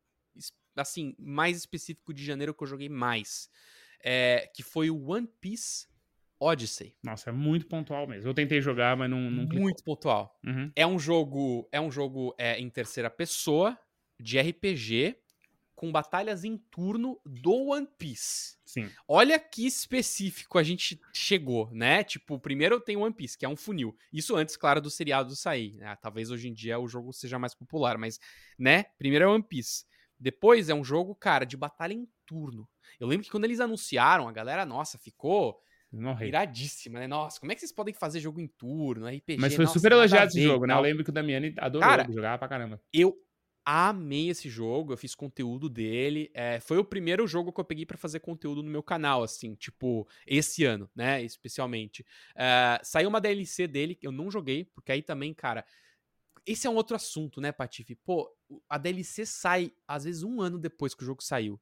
Speaker 1: assim, mais específico de janeiro que eu joguei mais, é, que foi o One Piece Odyssey.
Speaker 2: Nossa, é muito pontual mesmo. Eu tentei jogar, mas não, não clicou.
Speaker 1: Muito pontual.
Speaker 2: Uhum.
Speaker 1: É um jogo, é um jogo é, em terceira pessoa, de R P G, com batalhas em turno do One Piece.
Speaker 2: Sim.
Speaker 1: Olha que específico a gente chegou, né? Tipo, primeiro tem One Piece, que é um funil. Isso antes, claro, do seriado sair. Né? Talvez hoje em dia o jogo seja mais popular, mas, né? Primeiro é One Piece. Depois é um jogo, cara, de batalha em turno. Eu lembro que quando eles anunciaram, a galera, nossa, ficou
Speaker 2: Morri.
Speaker 1: iradíssima, né? Nossa, como é que vocês podem fazer jogo em turno, R P G?
Speaker 2: Mas foi
Speaker 1: Nossa,
Speaker 2: super
Speaker 1: nada a
Speaker 2: elogiado esse
Speaker 1: ver e
Speaker 2: jogo, né? Eu
Speaker 1: tal.
Speaker 2: lembro que o Damiani adorou,
Speaker 1: Cara,
Speaker 2: jogava pra caramba.
Speaker 1: Eu amei esse jogo, eu fiz conteúdo dele. É, foi o primeiro jogo que eu peguei pra fazer conteúdo no meu canal, assim, tipo, esse ano, né? Especialmente. É, saiu uma D L C dele, que eu não joguei, porque aí também, cara. Esse é um outro assunto, né, Patife? Pô, a D L C sai, às vezes, um ano depois que o jogo saiu.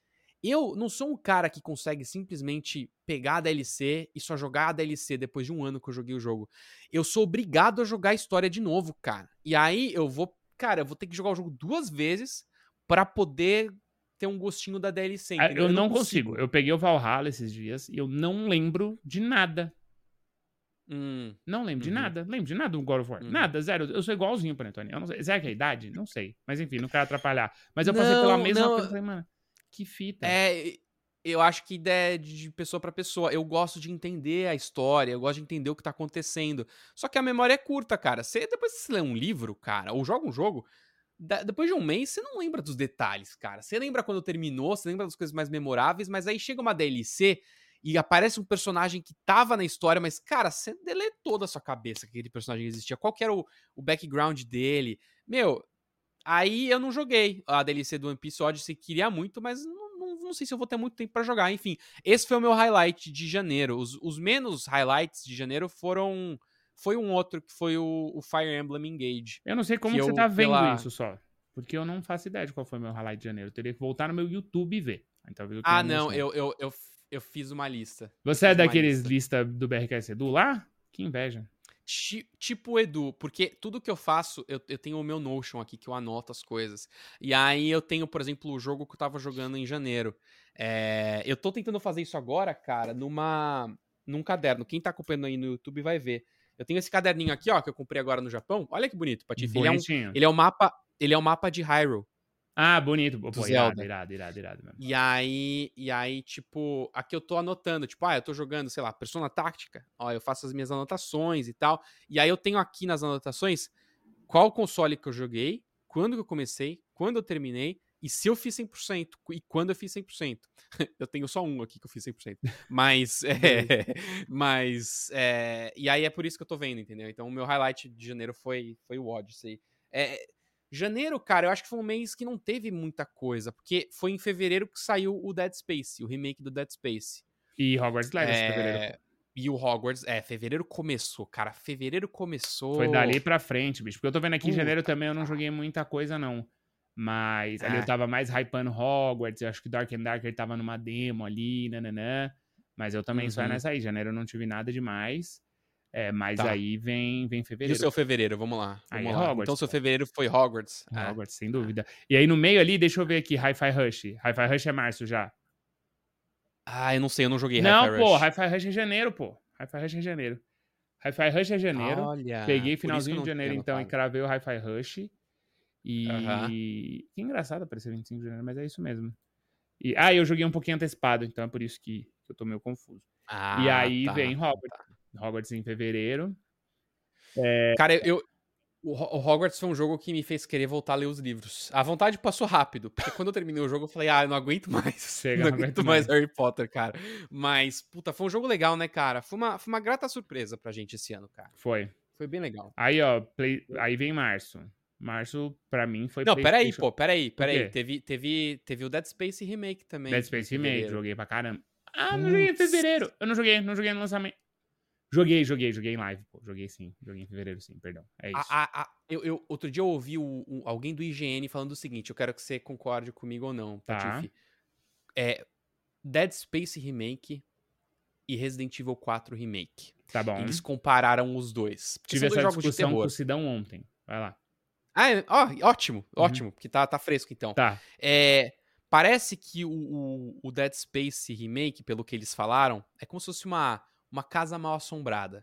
Speaker 1: Eu não sou um cara que consegue simplesmente pegar a D L C e só jogar a D L C depois de um ano que eu joguei o jogo. Eu sou obrigado a jogar a história de novo, cara. E aí eu vou, cara, eu vou ter que jogar o jogo duas vezes pra poder ter um gostinho da D L C,
Speaker 2: Ah,
Speaker 1: entendeu?
Speaker 2: eu
Speaker 1: Eu não
Speaker 2: não
Speaker 1: consigo.
Speaker 2: consigo. Eu peguei o Valhalla esses dias e eu não lembro de nada.
Speaker 1: Hum,
Speaker 2: Não lembro de
Speaker 1: uhum,
Speaker 2: nada. Lembro de nada do God of War.
Speaker 1: uhum.
Speaker 2: Nada, zero. Eu sou igualzinho pro Antônio. Eu não sei. Será que é a idade? Não sei. Mas enfim, não quero atrapalhar. Mas eu passei pela
Speaker 1: Não,
Speaker 2: mesma
Speaker 1: não.
Speaker 2: coisa e falei, mano, que fita.
Speaker 1: É, eu acho que é de pessoa pra pessoa. Eu gosto de entender a história, eu gosto de entender o que tá acontecendo. Só que a memória é curta, cara. Você, depois que você lê um livro, cara, ou joga um jogo, da- depois de um mês, você não lembra dos detalhes, cara. Você lembra quando terminou, você lembra das coisas mais memoráveis, mas aí chega uma D L C e aparece um personagem que tava na história, mas, cara, você deletou da sua cabeça que aquele personagem existia. Qual que era o, o background dele? Meu, aí eu não joguei a D L C do One Piece Odyssey, queria muito, mas não, não, não sei se eu vou ter muito tempo pra jogar. Enfim, esse foi o meu highlight de janeiro. Os, os menos highlights de janeiro foram... Foi um outro, que foi o, o Fire Emblem Engage.
Speaker 2: Eu não sei
Speaker 1: Que
Speaker 2: como que você
Speaker 1: eu,
Speaker 2: tá vendo
Speaker 1: pela...
Speaker 2: isso só. Porque eu não faço ideia de qual foi o meu highlight de janeiro. Eu teria que voltar no meu YouTube e ver. Aí talvez eu tenha
Speaker 1: Ah,
Speaker 2: uma
Speaker 1: não,
Speaker 2: noção.
Speaker 1: eu, eu, eu, eu fiz uma lista.
Speaker 2: Você
Speaker 1: Eu
Speaker 2: é
Speaker 1: fiz uma
Speaker 2: daqueles
Speaker 1: lista.
Speaker 2: lista do B R K S Edu lá? Que inveja.
Speaker 1: Ti- Tipo o Edu, porque tudo que eu faço, eu, eu tenho o meu Notion aqui, que eu anoto as coisas. E aí eu tenho, por exemplo, o jogo que eu tava jogando em janeiro. É, eu tô tentando fazer isso agora, cara, numa, num caderno. Quem tá acompanhando aí no YouTube vai ver. Eu tenho esse caderninho aqui, ó, que eu comprei agora no Japão. Olha que bonito, Patife. Ele é um,
Speaker 2: Bonitinho.
Speaker 1: ele é um mapa, ele é um mapa de Hyrule,
Speaker 2: Ah, bonito.
Speaker 1: do
Speaker 2: Pô, irado,
Speaker 1: Zelda.
Speaker 2: irado, irado, irado mesmo.
Speaker 1: E aí, e aí, tipo, aqui eu tô anotando, tipo, ah, eu tô jogando, sei lá, Persona Táctica. Ó, eu faço as minhas anotações e tal. E aí eu tenho aqui nas anotações qual console que eu joguei, quando que eu comecei, quando eu terminei, e se eu fiz cem por cento, e quando eu fiz cem por cento. Eu tenho só um aqui que eu fiz cem por cento. Mas, é, mas, é, e aí é por isso que eu tô vendo, entendeu? Então o meu highlight de janeiro foi, foi o Odyssey. É, janeiro, cara, eu acho que foi um mês que não teve muita coisa, porque foi em fevereiro que saiu o Dead Space, o remake do Dead Space.
Speaker 2: E Hogwarts Legacy,
Speaker 1: É,
Speaker 2: fevereiro.
Speaker 1: e o Hogwarts, é, fevereiro começou, cara, fevereiro começou...
Speaker 2: Foi dali pra frente, bicho. Porque eu tô vendo aqui, em janeiro
Speaker 1: Puta,
Speaker 2: também eu não
Speaker 1: cara.
Speaker 2: joguei muita coisa, não. Mas ali eu
Speaker 1: É.
Speaker 2: tava mais hypando Hogwarts, eu acho que Dark and Darker tava numa demo ali, nananã. Mas eu também só é
Speaker 1: Uhum.
Speaker 2: nessa aí. Janeiro eu não tive nada demais. É, mas
Speaker 1: Tá.
Speaker 2: aí vem, vem
Speaker 1: E o
Speaker 2: fevereiro.
Speaker 1: seu fevereiro? Vamos lá,
Speaker 2: Aí
Speaker 1: vamos
Speaker 2: é
Speaker 1: lá.
Speaker 2: Hogwarts,
Speaker 1: Então seu
Speaker 2: pô.
Speaker 1: fevereiro foi Hogwarts. É.
Speaker 2: Hogwarts, sem dúvida. E aí no meio ali, deixa eu ver aqui, Hi-Fi Rush. Hi-Fi Rush é março já.
Speaker 1: Ah, eu não sei, eu não joguei
Speaker 2: Não,
Speaker 1: Hi-Fi
Speaker 2: pô,
Speaker 1: Rush.
Speaker 2: Hi-Fi Rush é janeiro, pô. Hi-Fi Rush é janeiro. Hi-Fi Rush é janeiro.
Speaker 1: Olha,
Speaker 2: Peguei
Speaker 1: por isso que eu
Speaker 2: finalzinho
Speaker 1: não
Speaker 2: de janeiro,
Speaker 1: tinha
Speaker 2: então, e
Speaker 1: anotado.
Speaker 2: cravei o Hi-Fi Rush.
Speaker 1: Aham.
Speaker 2: E... Que engraçado aparecer vinte e cinco de janeiro, mas é isso mesmo. E... Ah, eu joguei um pouquinho antecipado, então é por isso que que eu tô meio confuso. E
Speaker 1: Ah,
Speaker 2: aí
Speaker 1: tá,
Speaker 2: vem
Speaker 1: tá,
Speaker 2: Hogwarts.
Speaker 1: tá.
Speaker 2: Hogwarts em fevereiro.
Speaker 1: Cara, eu, o Ho- o Hogwarts foi um jogo que me fez querer voltar a ler os livros. A vontade passou rápido, porque quando eu terminei o jogo eu falei, ah, eu não aguento mais.
Speaker 2: Chega,
Speaker 1: não
Speaker 2: não aguento
Speaker 1: aguento mais
Speaker 2: mais.
Speaker 1: Harry Potter, cara. Mas, puta, foi um jogo legal, né, cara? Foi uma, foi uma grata surpresa pra gente esse ano, cara.
Speaker 2: Foi.
Speaker 1: Foi bem legal.
Speaker 2: Aí, ó, play... aí vem março. Março, pra mim, foi
Speaker 1: Não, peraí,
Speaker 2: PlayStation.
Speaker 1: pô, peraí,
Speaker 2: O
Speaker 1: peraí.
Speaker 2: quê?
Speaker 1: Teve, teve, teve o Dead Space Remake também.
Speaker 2: Dead
Speaker 1: em
Speaker 2: Space Remake,
Speaker 1: fevereiro.
Speaker 2: joguei pra caramba. Ah, não joguei em
Speaker 1: Putz.
Speaker 2: fevereiro. Eu não joguei, não joguei no lançamento. Joguei, joguei, joguei em live, pô. Joguei sim, joguei em fevereiro sim, perdão. É isso.
Speaker 1: A, a, a, eu, eu, outro dia eu ouvi o, o- alguém do I G N falando o seguinte, eu quero que você concorde comigo ou não,
Speaker 2: Tá.
Speaker 1: Patife. É, Dead Space Remake e Resident Evil quatro Remake.
Speaker 2: Tá bom.
Speaker 1: Eles compararam os dois. Porque
Speaker 2: Tive
Speaker 1: são dois
Speaker 2: essa
Speaker 1: jogos de
Speaker 2: discussão com
Speaker 1: terror.
Speaker 2: o Sidão ontem. Vai lá.
Speaker 1: Ah, é, ó, ótimo,
Speaker 2: Uhum.
Speaker 1: ótimo, porque tá, tá fresco então.
Speaker 2: Tá.
Speaker 1: É, parece que o, o, o Dead Space Remake, pelo que eles falaram, é como se fosse uma, uma casa mal assombrada.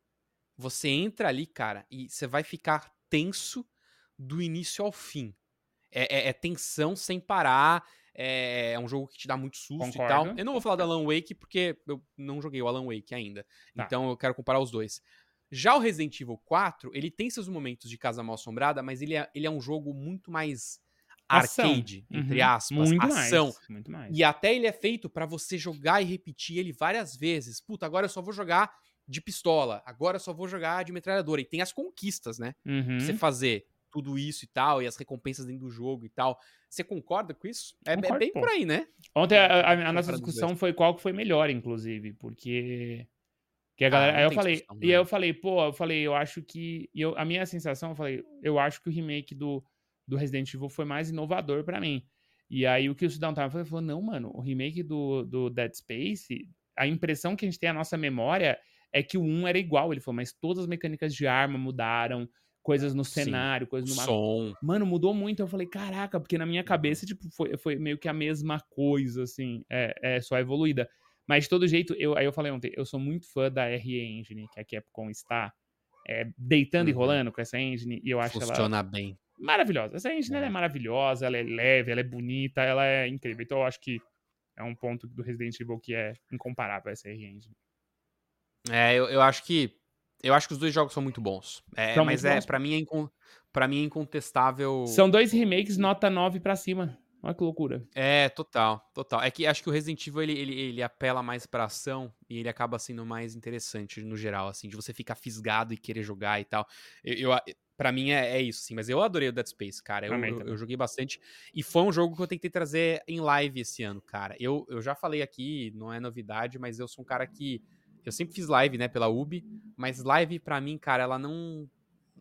Speaker 1: Você entra ali, cara, e você vai ficar tenso do início ao fim. É, é- é tensão sem parar. É, é um jogo que te dá muito susto e tal.
Speaker 2: Concordo.
Speaker 1: Eu não vou falar do Alan Wake porque eu não joguei o Alan Wake ainda.
Speaker 2: Tá.
Speaker 1: Então eu quero comparar os dois. Já o Resident Evil quatro, ele tem seus momentos de casa mal assombrada, mas ele é, ele é um jogo muito mais
Speaker 2: Ação.
Speaker 1: arcade, entre
Speaker 2: Uhum.
Speaker 1: aspas,
Speaker 2: Muito
Speaker 1: ação.
Speaker 2: mais. Muito mais.
Speaker 1: E até ele é feito pra você jogar e repetir ele várias vezes. Puta, agora eu só vou jogar de pistola, agora eu só vou jogar de metralhadora. E tem as conquistas, né? Pra você
Speaker 2: Uhum.
Speaker 1: fazer tudo isso e tal, e as recompensas dentro do jogo e tal. Você concorda com isso? É, é
Speaker 2: Concordo,
Speaker 1: bem
Speaker 2: pô.
Speaker 1: por aí, né?
Speaker 2: Ontem a, a- a nossa
Speaker 1: Comparando os
Speaker 2: discussão
Speaker 1: dois.
Speaker 2: foi qual que foi melhor, inclusive, porque que a
Speaker 1: Ah,
Speaker 2: galera,
Speaker 1: não
Speaker 2: aí eu
Speaker 1: tem
Speaker 2: falei,
Speaker 1: discussão,
Speaker 2: e aí
Speaker 1: né?
Speaker 2: eu falei, pô, eu falei, eu acho que e eu, a minha sensação, eu falei, eu acho que o remake do, do Resident Evil foi mais inovador pra mim. E aí o que o Sidão tava falando, falou, não, mano, o remake do, do Dead Space, a impressão que a gente tem, a nossa memória, é que o um era igual. Ele falou, mas todas as mecânicas de arma mudaram, coisas no
Speaker 1: Sim.
Speaker 2: cenário,
Speaker 1: O
Speaker 2: coisas no mapa.
Speaker 1: som.
Speaker 2: Mano, mudou muito. Eu falei, caraca, porque na minha cabeça, tipo, foi, foi meio que a mesma coisa, assim, é, é só evoluída. Mas de todo jeito, eu, aí eu falei ontem, eu sou muito fã da R E Engine, que a Capcom está é, deitando e
Speaker 1: Uhum.
Speaker 2: rolando com essa engine, e eu acho ela
Speaker 1: Funciona bem.
Speaker 2: maravilhosa. Essa engine ela é
Speaker 1: É.
Speaker 2: maravilhosa, ela é leve, ela é bonita, ela é incrível. Então eu acho que é um ponto do Resident Evil que é incomparável essa R E Engine.
Speaker 1: É, eu, eu acho que. Eu acho que os dois jogos são muito bons. É,
Speaker 2: São
Speaker 1: mas
Speaker 2: muito
Speaker 1: é,
Speaker 2: bons.
Speaker 1: pra mim, é incon... pra mim é incontestável.
Speaker 2: São dois remakes nota nove pra cima. Olha que loucura.
Speaker 1: É, total, total. É que acho que o Resident Evil, ele, ele, ele apela mais pra ação e ele acaba sendo mais interessante no geral, assim, de você ficar fisgado e querer jogar e tal. Eu, eu, pra mim é, é isso, sim. Mas eu adorei o Dead Space, cara. Eu,
Speaker 2: Amei
Speaker 1: eu,
Speaker 2: também.
Speaker 1: eu joguei bastante. E foi um jogo que eu tentei trazer em live esse ano, cara. Eu, eu já falei aqui, não é novidade, mas eu sou um cara que... Eu sempre fiz live, né, pela U B, mas live pra mim, cara, ela não...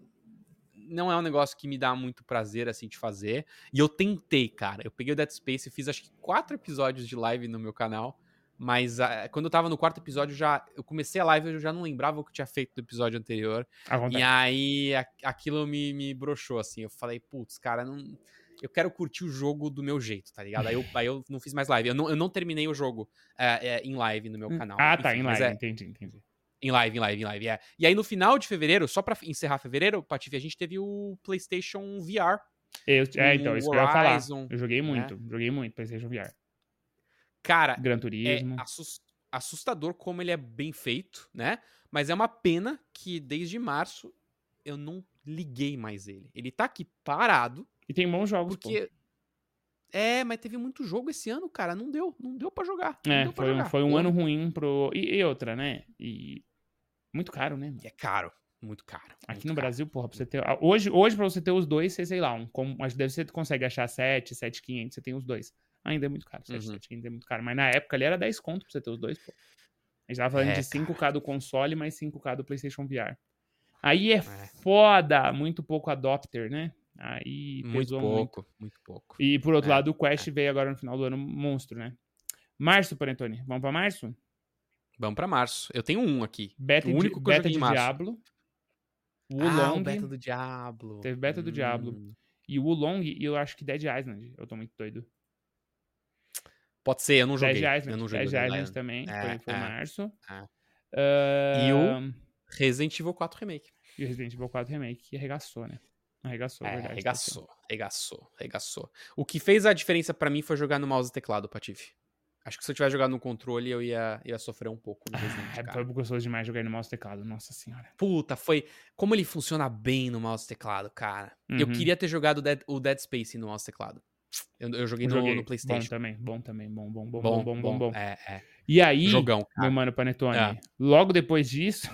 Speaker 1: Não é um negócio que me dá muito prazer, assim, de fazer. E eu tentei, cara. Eu peguei o Dead Space e fiz, acho que, quatro episódios de live no meu canal. Mas uh, quando eu tava no quarto episódio, já eu comecei a live, eu já não lembrava o que eu tinha feito no episódio anterior.
Speaker 2: Acontece.
Speaker 1: E aí, a, aquilo me, me broxou, assim. Eu falei, putz, cara, não... eu quero curtir o jogo do meu jeito, tá ligado? Aí eu, aí eu não fiz mais live. Eu não, eu não terminei o jogo é, é, em live no meu canal.
Speaker 2: Ah,
Speaker 1: Enfim,
Speaker 2: tá, em
Speaker 1: mas
Speaker 2: live,
Speaker 1: é,
Speaker 2: entendi, entendi.
Speaker 1: em live, em live, em live, é. E aí no final de fevereiro, só pra encerrar fevereiro, Patife, a gente teve o PlayStation V R.
Speaker 2: Eu, é, então,
Speaker 1: o
Speaker 2: isso que eu ia falar.
Speaker 1: Horizon,
Speaker 2: Eu joguei
Speaker 1: né?
Speaker 2: muito, joguei muito PlayStation V R.
Speaker 1: Cara,
Speaker 2: Gran
Speaker 1: é
Speaker 2: Turismo.
Speaker 1: assus- assustador como ele é bem feito, né? Mas é uma pena que desde março eu não liguei mais ele. Ele tá aqui parado.
Speaker 2: E tem bons jogos,
Speaker 1: porque...
Speaker 2: pô.
Speaker 1: É, mas teve muito jogo esse ano, cara. Não deu. Não deu pra jogar. Não
Speaker 2: É,
Speaker 1: deu pra
Speaker 2: foi, um,
Speaker 1: jogar.
Speaker 2: foi um
Speaker 1: Porra.
Speaker 2: ano ruim pro... E, e outra, né? E muito caro, né?
Speaker 1: E é caro. Muito caro.
Speaker 2: Aqui
Speaker 1: muito
Speaker 2: no
Speaker 1: caro.
Speaker 2: Brasil, porra, pra você ter... Hoje, hoje pra você ter os dois, você, sei lá, um, como, acho que deve ser, você consegue achar sete, sete mil e quinhentos, você tem os dois. Ainda é muito caro, sete mil e quinhentos é muito caro. Mas na época ali era dez conto pra você ter os dois, pô. A gente tava falando
Speaker 1: É,
Speaker 2: de cinco K
Speaker 1: cara.
Speaker 2: do console mais cinco K do PlayStation V R. Aí é,
Speaker 1: É.
Speaker 2: foda, muito pouco adopter, né? Aí
Speaker 1: Muito
Speaker 2: pesou
Speaker 1: pouco,
Speaker 2: muito.
Speaker 1: muito pouco.
Speaker 2: E por outro
Speaker 1: É,
Speaker 2: lado, o Quest veio agora no final do ano, monstro, né? Março, Panetone. Vamos pra março?
Speaker 1: Vamos pra março. Eu tenho um aqui.
Speaker 2: Beta
Speaker 1: o
Speaker 2: de,
Speaker 1: único que eu
Speaker 2: beta
Speaker 1: joguei
Speaker 2: de
Speaker 1: em março.
Speaker 2: Diablo.
Speaker 1: Ah, o
Speaker 2: Wulong.
Speaker 1: beta do Diablo.
Speaker 2: Teve beta do
Speaker 1: Hum.
Speaker 2: Diablo. E o Wulong e eu acho que Dead Island. Eu tô muito doido.
Speaker 1: Pode ser, eu não joguei.
Speaker 2: Dead Island.
Speaker 1: Eu não joguei
Speaker 2: Dead
Speaker 1: Dead
Speaker 2: Island
Speaker 1: Island.
Speaker 2: também.
Speaker 1: É,
Speaker 2: foi foi
Speaker 1: é,
Speaker 2: março.
Speaker 1: é.
Speaker 2: Uh...
Speaker 1: E o Resident Evil quatro Remake.
Speaker 2: E o Resident Evil quatro Remake, que arregaçou, né? Arregaçou, é, verdade.
Speaker 1: Arregaçou, porque... arregaçou, arregaçou. O que fez a diferença pra mim foi jogar no mouse e teclado, Patife. Acho que se eu tivesse jogado no controle, eu ia, ia sofrer um pouco no Resident,
Speaker 2: ah,
Speaker 1: cara.
Speaker 2: Foi gostoso demais jogar no mouse e teclado, nossa senhora.
Speaker 1: Puta, foi... Como ele funciona bem no mouse e teclado, cara.
Speaker 2: Uhum.
Speaker 1: Eu queria ter jogado Dead, o Dead Space no mouse e teclado. Eu, eu joguei, eu no,
Speaker 2: joguei
Speaker 1: no PlayStation.
Speaker 2: Bom também, bom também, bom, bom, bom,
Speaker 1: bom,
Speaker 2: bom, bom, bom. bom.
Speaker 1: É, é.
Speaker 2: E aí,
Speaker 1: Jogão, cara.
Speaker 2: meu mano Panetone,
Speaker 1: é.
Speaker 2: logo depois disso...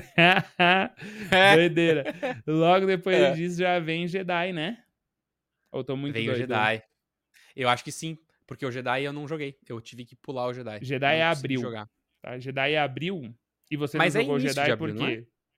Speaker 2: Doideira. Logo depois é. disso já vem Jedi, né? Ou tô muito
Speaker 1: vem
Speaker 2: doido?
Speaker 1: Vem o Jedi. Eu acho que sim, porque o Jedi eu não joguei. Eu tive que pular o Jedi.
Speaker 2: Jedi é abril.
Speaker 1: Jogar.
Speaker 2: Tá? Jedi é abril. E você
Speaker 1: Mas
Speaker 2: não
Speaker 1: é
Speaker 2: jogou o Jedi
Speaker 1: abril,
Speaker 2: por quê? É?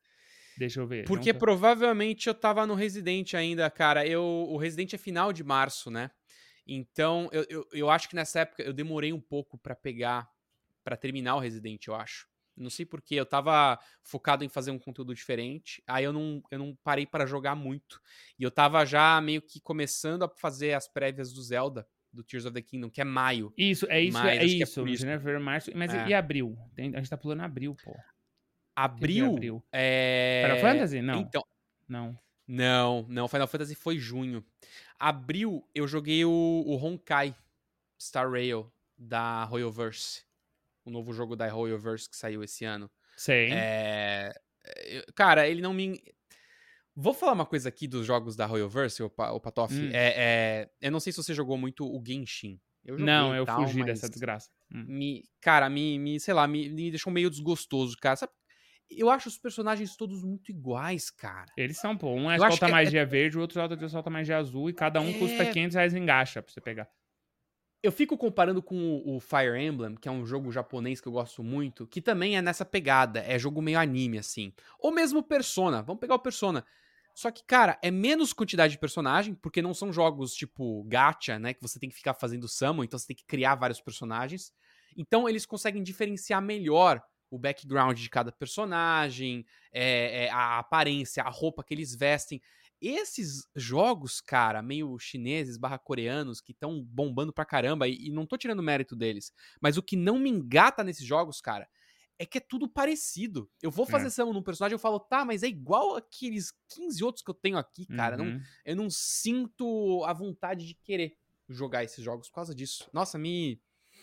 Speaker 2: Deixa eu ver.
Speaker 1: Porque
Speaker 2: tô...
Speaker 1: provavelmente eu tava no Resident ainda, cara. Eu, o Resident é final de março, né? Então, eu, eu, eu acho que nessa época eu demorei um pouco pra pegar, pra terminar o Resident, eu acho. Não sei porquê, eu tava focado em fazer um conteúdo diferente, aí eu não, eu não parei para jogar muito. E eu tava já meio que começando a fazer as prévias do Zelda, do Tears of the Kingdom, que é maio.
Speaker 2: Isso, é isso,
Speaker 1: mas
Speaker 2: é
Speaker 1: isso.
Speaker 2: isso.
Speaker 1: É
Speaker 2: janeiro, fevereiro, março. Mas é. e abril? Tem, a gente tá pulando abril, pô.
Speaker 1: Abril?
Speaker 2: abril?
Speaker 1: É...
Speaker 2: Final Fantasy? Não.
Speaker 1: Então...
Speaker 2: Não.
Speaker 1: Não, não. Final Fantasy foi junho. Abril, eu joguei o, o Honkai Star Rail da Royalverse. O novo jogo da Royalverse que saiu esse ano.
Speaker 2: Sei.
Speaker 1: É... Cara, ele não me... Vou falar uma coisa aqui dos jogos da Royalverse, o, o Patoff. Hum. É, é... Eu não sei se você jogou muito o Genshin.
Speaker 2: Eu não, eu tal, fugi dessa desgraça.
Speaker 1: Hum. Me, cara, me, me, sei lá, me, me deixou meio desgostoso, cara. Sabe? Eu acho os personagens todos muito iguais, cara.
Speaker 2: Eles são, pô. Um é solta magia é... verde, o outro solta magia azul, e cada um é... custa quinhentos reais em gacha pra você pegar.
Speaker 1: Eu fico comparando com o, o Fire Emblem, que é um jogo japonês que eu gosto muito, que também é nessa pegada, é jogo meio anime, assim. Ou mesmo Persona, vamos pegar o Persona. Só que, cara, é menos quantidade de personagem, porque não são jogos tipo gacha, né, que você tem que ficar fazendo summon, então você tem que criar vários personagens. Então eles conseguem diferenciar melhor o background de cada personagem, é, é, a aparência, a roupa que eles vestem. Esses jogos, cara, meio chineses barra coreanos, que estão bombando pra caramba, e, e não tô tirando mérito deles, mas o que não me engata nesses jogos, cara, é que é tudo parecido. Eu vou fazer é. summon num personagem, eu falo, tá, mas é igual aqueles quinze outros que eu tenho aqui, cara. Uhum. Não, eu não sinto a vontade de querer jogar esses jogos por causa disso. Nossa, me,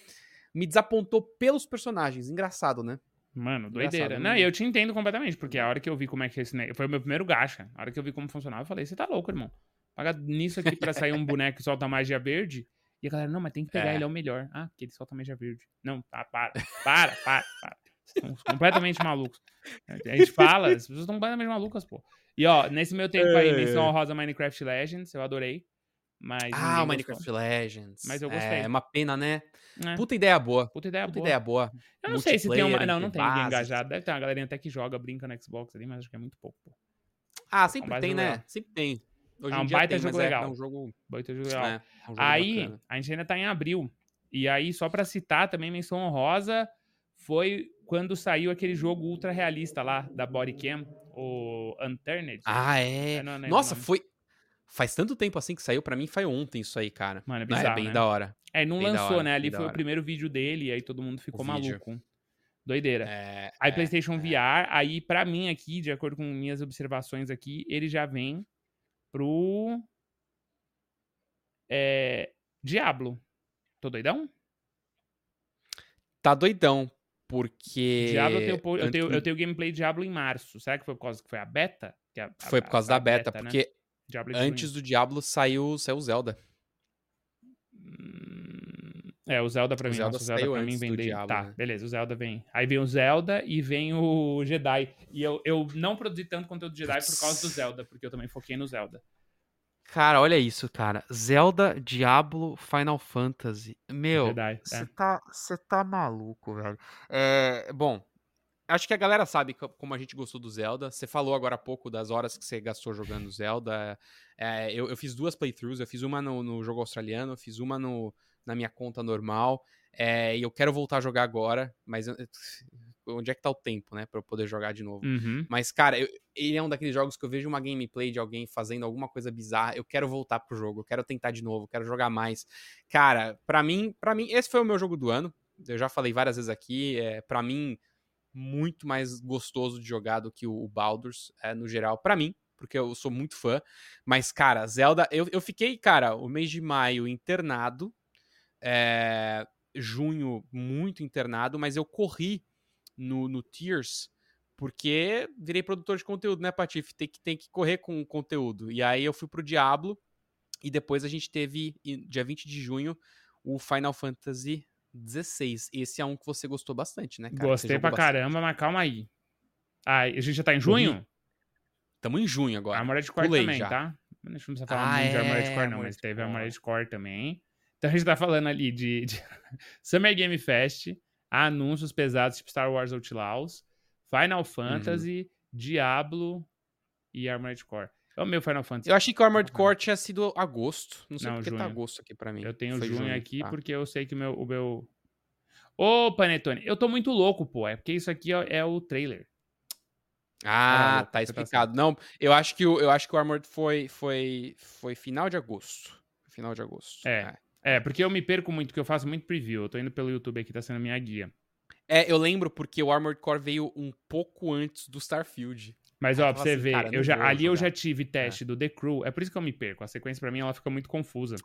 Speaker 1: me desapontou pelos personagens. Engraçado, né?
Speaker 2: Mano, doideira. Não, e eu te entendo completamente, porque a hora que eu vi como é que esse... Foi o meu primeiro gacha. A hora que eu vi como funcionava, eu falei, você tá louco, irmão. Paga nisso aqui pra sair um boneco que solta magia verde. E a galera, não, mas tem que pegar, é. ele é o melhor. Ah, porque ele solta magia verde. Não, tá, para. Para, para, para. Vocês estão completamente malucos. A gente fala, as pessoas estão completamente malucas, pô. E ó, nesse meu tempo aí, menção honrosa Minecraft Legends, eu adorei. Mas
Speaker 1: ah, o Minecraft gostou. Legends.
Speaker 2: Mas eu gostei.
Speaker 1: É uma pena, né? É. Puta ideia boa.
Speaker 2: Puta ideia
Speaker 1: Puta
Speaker 2: boa.
Speaker 1: ideia boa.
Speaker 2: Eu não sei se tem uma... Não, não tem ninguém engajado. Deve ter uma galerinha até que joga, brinca no Xbox ali, mas acho que é muito pouco, pô.
Speaker 1: Ah, sempre tem, né? Legal. Sempre tem. Hoje
Speaker 2: é um
Speaker 1: em dia
Speaker 2: baita
Speaker 1: tem,
Speaker 2: jogo
Speaker 1: mas
Speaker 2: legal.
Speaker 1: É um jogo...
Speaker 2: Baita jogo legal.
Speaker 1: É, é um jogo
Speaker 2: aí,
Speaker 1: bacana.
Speaker 2: A gente ainda tá em abril. E aí, só pra citar também, menção honrosa, foi quando saiu aquele jogo ultra realista lá, da Bodycam, o Unturned.
Speaker 1: Ah, é? é não, não Nossa, foi... Faz tanto tempo assim que saiu, pra mim foi ontem isso aí, cara.
Speaker 2: Mano, é bizarro,
Speaker 1: é bem
Speaker 2: né?
Speaker 1: da hora.
Speaker 2: É, não
Speaker 1: bem
Speaker 2: lançou,
Speaker 1: hora,
Speaker 2: né? Ali
Speaker 1: foi
Speaker 2: o primeiro vídeo dele, e aí todo mundo ficou
Speaker 1: o
Speaker 2: maluco.
Speaker 1: Vídeo.
Speaker 2: Doideira.
Speaker 1: É,
Speaker 2: aí
Speaker 1: é,
Speaker 2: PlayStation
Speaker 1: é.
Speaker 2: V R, aí pra mim aqui, de acordo com minhas observações aqui, ele já vem pro... É... Diablo. Tô doidão?
Speaker 1: Tá doidão, porque...
Speaker 2: Diablo, eu tenho, eu tenho, eu tenho gameplay Diablo em março. Será que foi por causa que foi a beta? Que é a,
Speaker 1: Foi por causa
Speaker 2: a, a
Speaker 1: da beta,
Speaker 2: beta, né?
Speaker 1: porque
Speaker 2: Diablo de
Speaker 1: antes
Speaker 2: junho.
Speaker 1: do Diablo saiu, saiu o Zelda.
Speaker 2: Hum, É, o Zelda pra
Speaker 1: O
Speaker 2: mim,
Speaker 1: Zelda
Speaker 2: nossa, o Zelda
Speaker 1: saiu
Speaker 2: pra mim
Speaker 1: antes
Speaker 2: vem
Speaker 1: do
Speaker 2: desde...
Speaker 1: Diablo,
Speaker 2: Tá,
Speaker 1: né?
Speaker 2: beleza, o Zelda vem. Aí vem o Zelda e vem o Jedi. E eu, eu não produzi tanto conteúdo de Jedi por causa do
Speaker 1: Putz.
Speaker 2: Zelda, porque eu também foquei no Zelda.
Speaker 1: Cara, olha isso, cara. Zelda, Diablo, Final Fantasy. Meu,
Speaker 2: Jedi,
Speaker 1: você
Speaker 2: é.
Speaker 1: tá, você tá maluco, velho. É, bom, acho que a galera sabe co- como a gente gostou do Zelda. Você falou agora há pouco das horas que você gastou jogando Zelda. É, eu, eu fiz duas playthroughs. Eu fiz uma no, no jogo australiano, eu fiz uma no, na minha conta normal. É, e eu quero voltar a jogar agora, mas eu- onde é que tá o tempo, né, pra eu poder jogar de novo?
Speaker 2: Uhum.
Speaker 1: Mas, cara, eu- ele é um daqueles jogos que eu vejo uma gameplay de alguém fazendo alguma coisa bizarra, eu quero voltar pro jogo, eu quero tentar de novo, eu quero jogar mais. Cara, pra mim, para mim, esse foi o meu jogo do ano. Eu já falei várias vezes aqui, é, para mim, muito mais gostoso de jogar do que o Baldur's, é, no geral, pra mim, porque eu sou muito fã. Mas, cara, Zelda, eu, eu fiquei, cara, o mês de maio internado, é, junho muito internado, mas eu corri no, no Tears porque virei produtor de conteúdo, né, Patife? Tem que, tem que correr com conteúdo. E aí eu fui pro Diablo e depois a gente teve, dia vinte de junho, o Final Fantasy dezesseis. Esse é um que você gostou bastante, né, cara? Que você
Speaker 2: Gostei
Speaker 1: jogou
Speaker 2: pra
Speaker 1: bastante.
Speaker 2: caramba, mas calma aí. Ah, a gente já tá em
Speaker 1: Corri.
Speaker 2: junho?
Speaker 1: Tamo em junho
Speaker 2: A
Speaker 1: agora.
Speaker 2: Armored Core
Speaker 1: Pulei
Speaker 2: também,
Speaker 1: já.
Speaker 2: tá? A gente não precisa falar
Speaker 1: Ah,
Speaker 2: muito de Armored
Speaker 1: é,
Speaker 2: Core, não, mas
Speaker 1: Armored
Speaker 2: teve
Speaker 1: Core.
Speaker 2: Armored Core também. Então a gente tá falando ali de, de Summer Game Fest, anúncios pesados tipo Star Wars Outlaws, Final Fantasy, Diablo e Armored Core. É o meu Final Fantasy.
Speaker 1: Eu achei que o Armored Core tinha sido agosto. Não sei
Speaker 2: Não,
Speaker 1: porque tá
Speaker 2: junho.
Speaker 1: agosto aqui pra mim.
Speaker 2: Eu tenho
Speaker 1: Foi
Speaker 2: junho
Speaker 1: junho,
Speaker 2: aqui
Speaker 1: tá.
Speaker 2: porque eu sei que o meu... O meu... Ô, Panetone, eu tô muito louco, pô. É porque isso aqui é, é o trailer.
Speaker 1: Ah,
Speaker 2: louco,
Speaker 1: tá
Speaker 2: você tá
Speaker 1: explicado.
Speaker 2: certo.
Speaker 1: Não, eu acho que o, eu acho que o Armored foi, foi, foi final de agosto. Final de agosto.
Speaker 2: É, é, porque eu me perco muito, porque eu faço muito preview. Eu tô indo pelo YouTube aqui, tá sendo a minha guia.
Speaker 1: É, eu lembro porque o Armored Core veio um pouco antes do Starfield.
Speaker 2: Mas,
Speaker 1: Aí eu
Speaker 2: ó, pra
Speaker 1: falava
Speaker 2: você
Speaker 1: assim,
Speaker 2: ver,
Speaker 1: cara,
Speaker 2: eu
Speaker 1: não
Speaker 2: já,
Speaker 1: vou
Speaker 2: ali eu já
Speaker 1: jogar.
Speaker 2: tive teste do The Crew. É por isso que eu me perco. A sequência pra mim, ela fica muito confusa.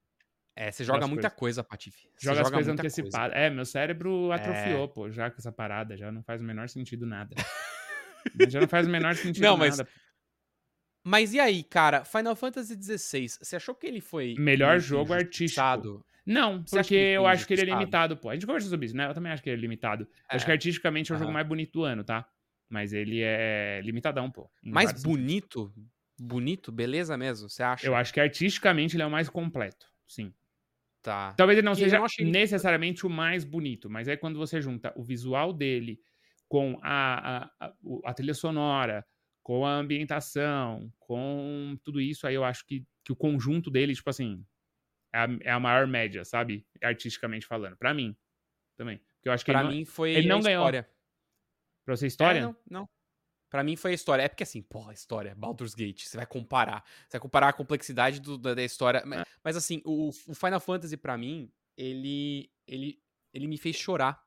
Speaker 1: É, você joga
Speaker 2: Das
Speaker 1: muita
Speaker 2: coisas.
Speaker 1: coisa, Patife. Você
Speaker 2: Joga as
Speaker 1: joga
Speaker 2: coisas
Speaker 1: muita coisa.
Speaker 2: antecipadas. É, meu cérebro
Speaker 1: É.
Speaker 2: atrofiou, pô, já com essa parada. Já não faz o menor sentido nada. Já não faz o menor sentido
Speaker 1: Não, mas,
Speaker 2: nada.
Speaker 1: mas e aí, cara? Final Fantasy dezesseis, você achou que ele foi
Speaker 2: Melhor
Speaker 1: meio que
Speaker 2: jogo artístico.
Speaker 1: injustiçado?
Speaker 2: Não,
Speaker 1: Você acha
Speaker 2: porque
Speaker 1: que ele foi
Speaker 2: eu acho que ele é
Speaker 1: injustiçado?
Speaker 2: limitado, pô. A gente conversou sobre isso, né? Eu também acho que ele é limitado. Eu acho que
Speaker 1: É.
Speaker 2: artisticamente é o jogo
Speaker 1: Aham.
Speaker 2: mais bonito do ano, tá? Mas ele é limitadão, pô. Em
Speaker 1: Mais
Speaker 2: vários sentidos.
Speaker 1: bonito? Bonito? Beleza mesmo? Você acha?
Speaker 2: Eu acho que artisticamente ele é o mais completo, sim.
Speaker 1: Tá.
Speaker 2: Talvez ele não
Speaker 1: Porque eu
Speaker 2: seja
Speaker 1: não achei ele...
Speaker 2: necessariamente o mais bonito, mas é quando você junta o visual dele com a, a, a, a trilha sonora, com a ambientação, com tudo isso, aí eu acho que, que o conjunto dele, tipo assim, é a, é a maior média, sabe? Artisticamente falando. Pra mim, também. Porque eu acho que ele
Speaker 1: Pra
Speaker 2: não,
Speaker 1: mim
Speaker 2: ele
Speaker 1: foi a
Speaker 2: não ganhou.
Speaker 1: história.
Speaker 2: Pra você,
Speaker 1: É,
Speaker 2: história?
Speaker 1: não, não. Pra mim foi a história. É porque assim, porra, a história, Baldur's Gate, você vai comparar. Você vai comparar a complexidade do- da, da história. Mas,
Speaker 2: Ah,
Speaker 1: mas, assim, o, o Final Fantasy, pra mim, ele, ele, ele me fez chorar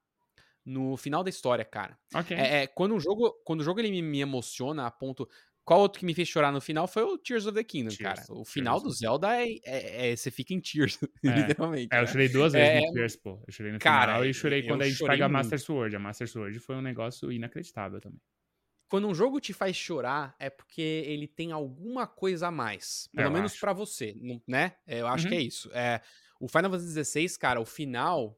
Speaker 1: no final da história, cara.
Speaker 2: ok.
Speaker 1: É, é, quando um jogo, quando o jogo ele me, me emociona a ponto. Qual outro que me fez chorar no final foi o Tears of the Kingdom, cara.
Speaker 2: Cheers.
Speaker 1: O
Speaker 2: Cheers.
Speaker 1: final do Zelda é, é, é- você fica em tears,
Speaker 2: É.
Speaker 1: literalmente,
Speaker 2: É, eu
Speaker 1: né?
Speaker 2: chorei duas vezes
Speaker 1: É,
Speaker 2: no Tears, pô. Eu chorei no
Speaker 1: cara,
Speaker 2: final e chorei
Speaker 1: eu
Speaker 2: quando a gente
Speaker 1: chorei
Speaker 2: pega a Master
Speaker 1: muito.
Speaker 2: Sword. A Master Sword foi um negócio inacreditável também.
Speaker 1: Quando um jogo te faz chorar, é porque ele tem alguma coisa a mais.
Speaker 2: É,
Speaker 1: Pelo
Speaker 2: eu
Speaker 1: menos
Speaker 2: acho.
Speaker 1: pra você, não- né? É, eu acho que é
Speaker 2: Uhum.
Speaker 1: isso. É, o Final Fantasy dezesseis, cara, o final.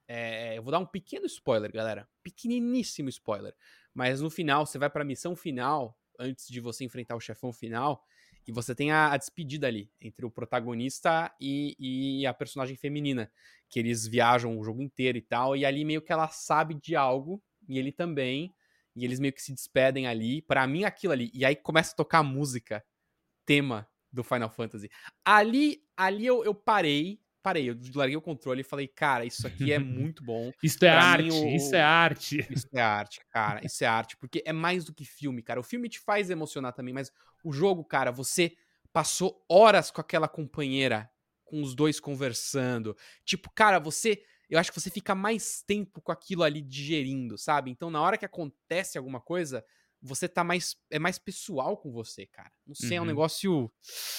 Speaker 1: É, eu vou dar um pequeno spoiler, galera. Pequeniníssimo spoiler. Mas no final, você vai pra missão final, antes de você enfrentar o chefão final, e você tem a, a despedida ali entre o protagonista e, e a personagem feminina. Que eles viajam o jogo inteiro e tal, e ali meio que ela sabe de algo, e ele também. E eles meio que se despedem ali. Pra mim, aquilo ali. E aí começa a tocar a música, tema do Final Fantasy. Ali, ali eu, eu parei. Parei, eu larguei o controle e falei, cara, isso aqui é muito bom.
Speaker 2: Isso é
Speaker 1: Pra mim,
Speaker 2: arte, isso é
Speaker 1: o,
Speaker 2: arte.
Speaker 1: isso é arte, cara. Isso é arte. Porque é mais do que filme, cara. O filme te faz emocionar também, mas o jogo, cara, você passou horas com aquela companheira, com os dois conversando. Tipo, cara, você. Eu acho que você fica mais tempo com aquilo ali digerindo, sabe? Então, na hora que acontece alguma coisa, você tá mais. É mais pessoal com você, cara. Não sei, é um
Speaker 2: Uhum.
Speaker 1: negócio.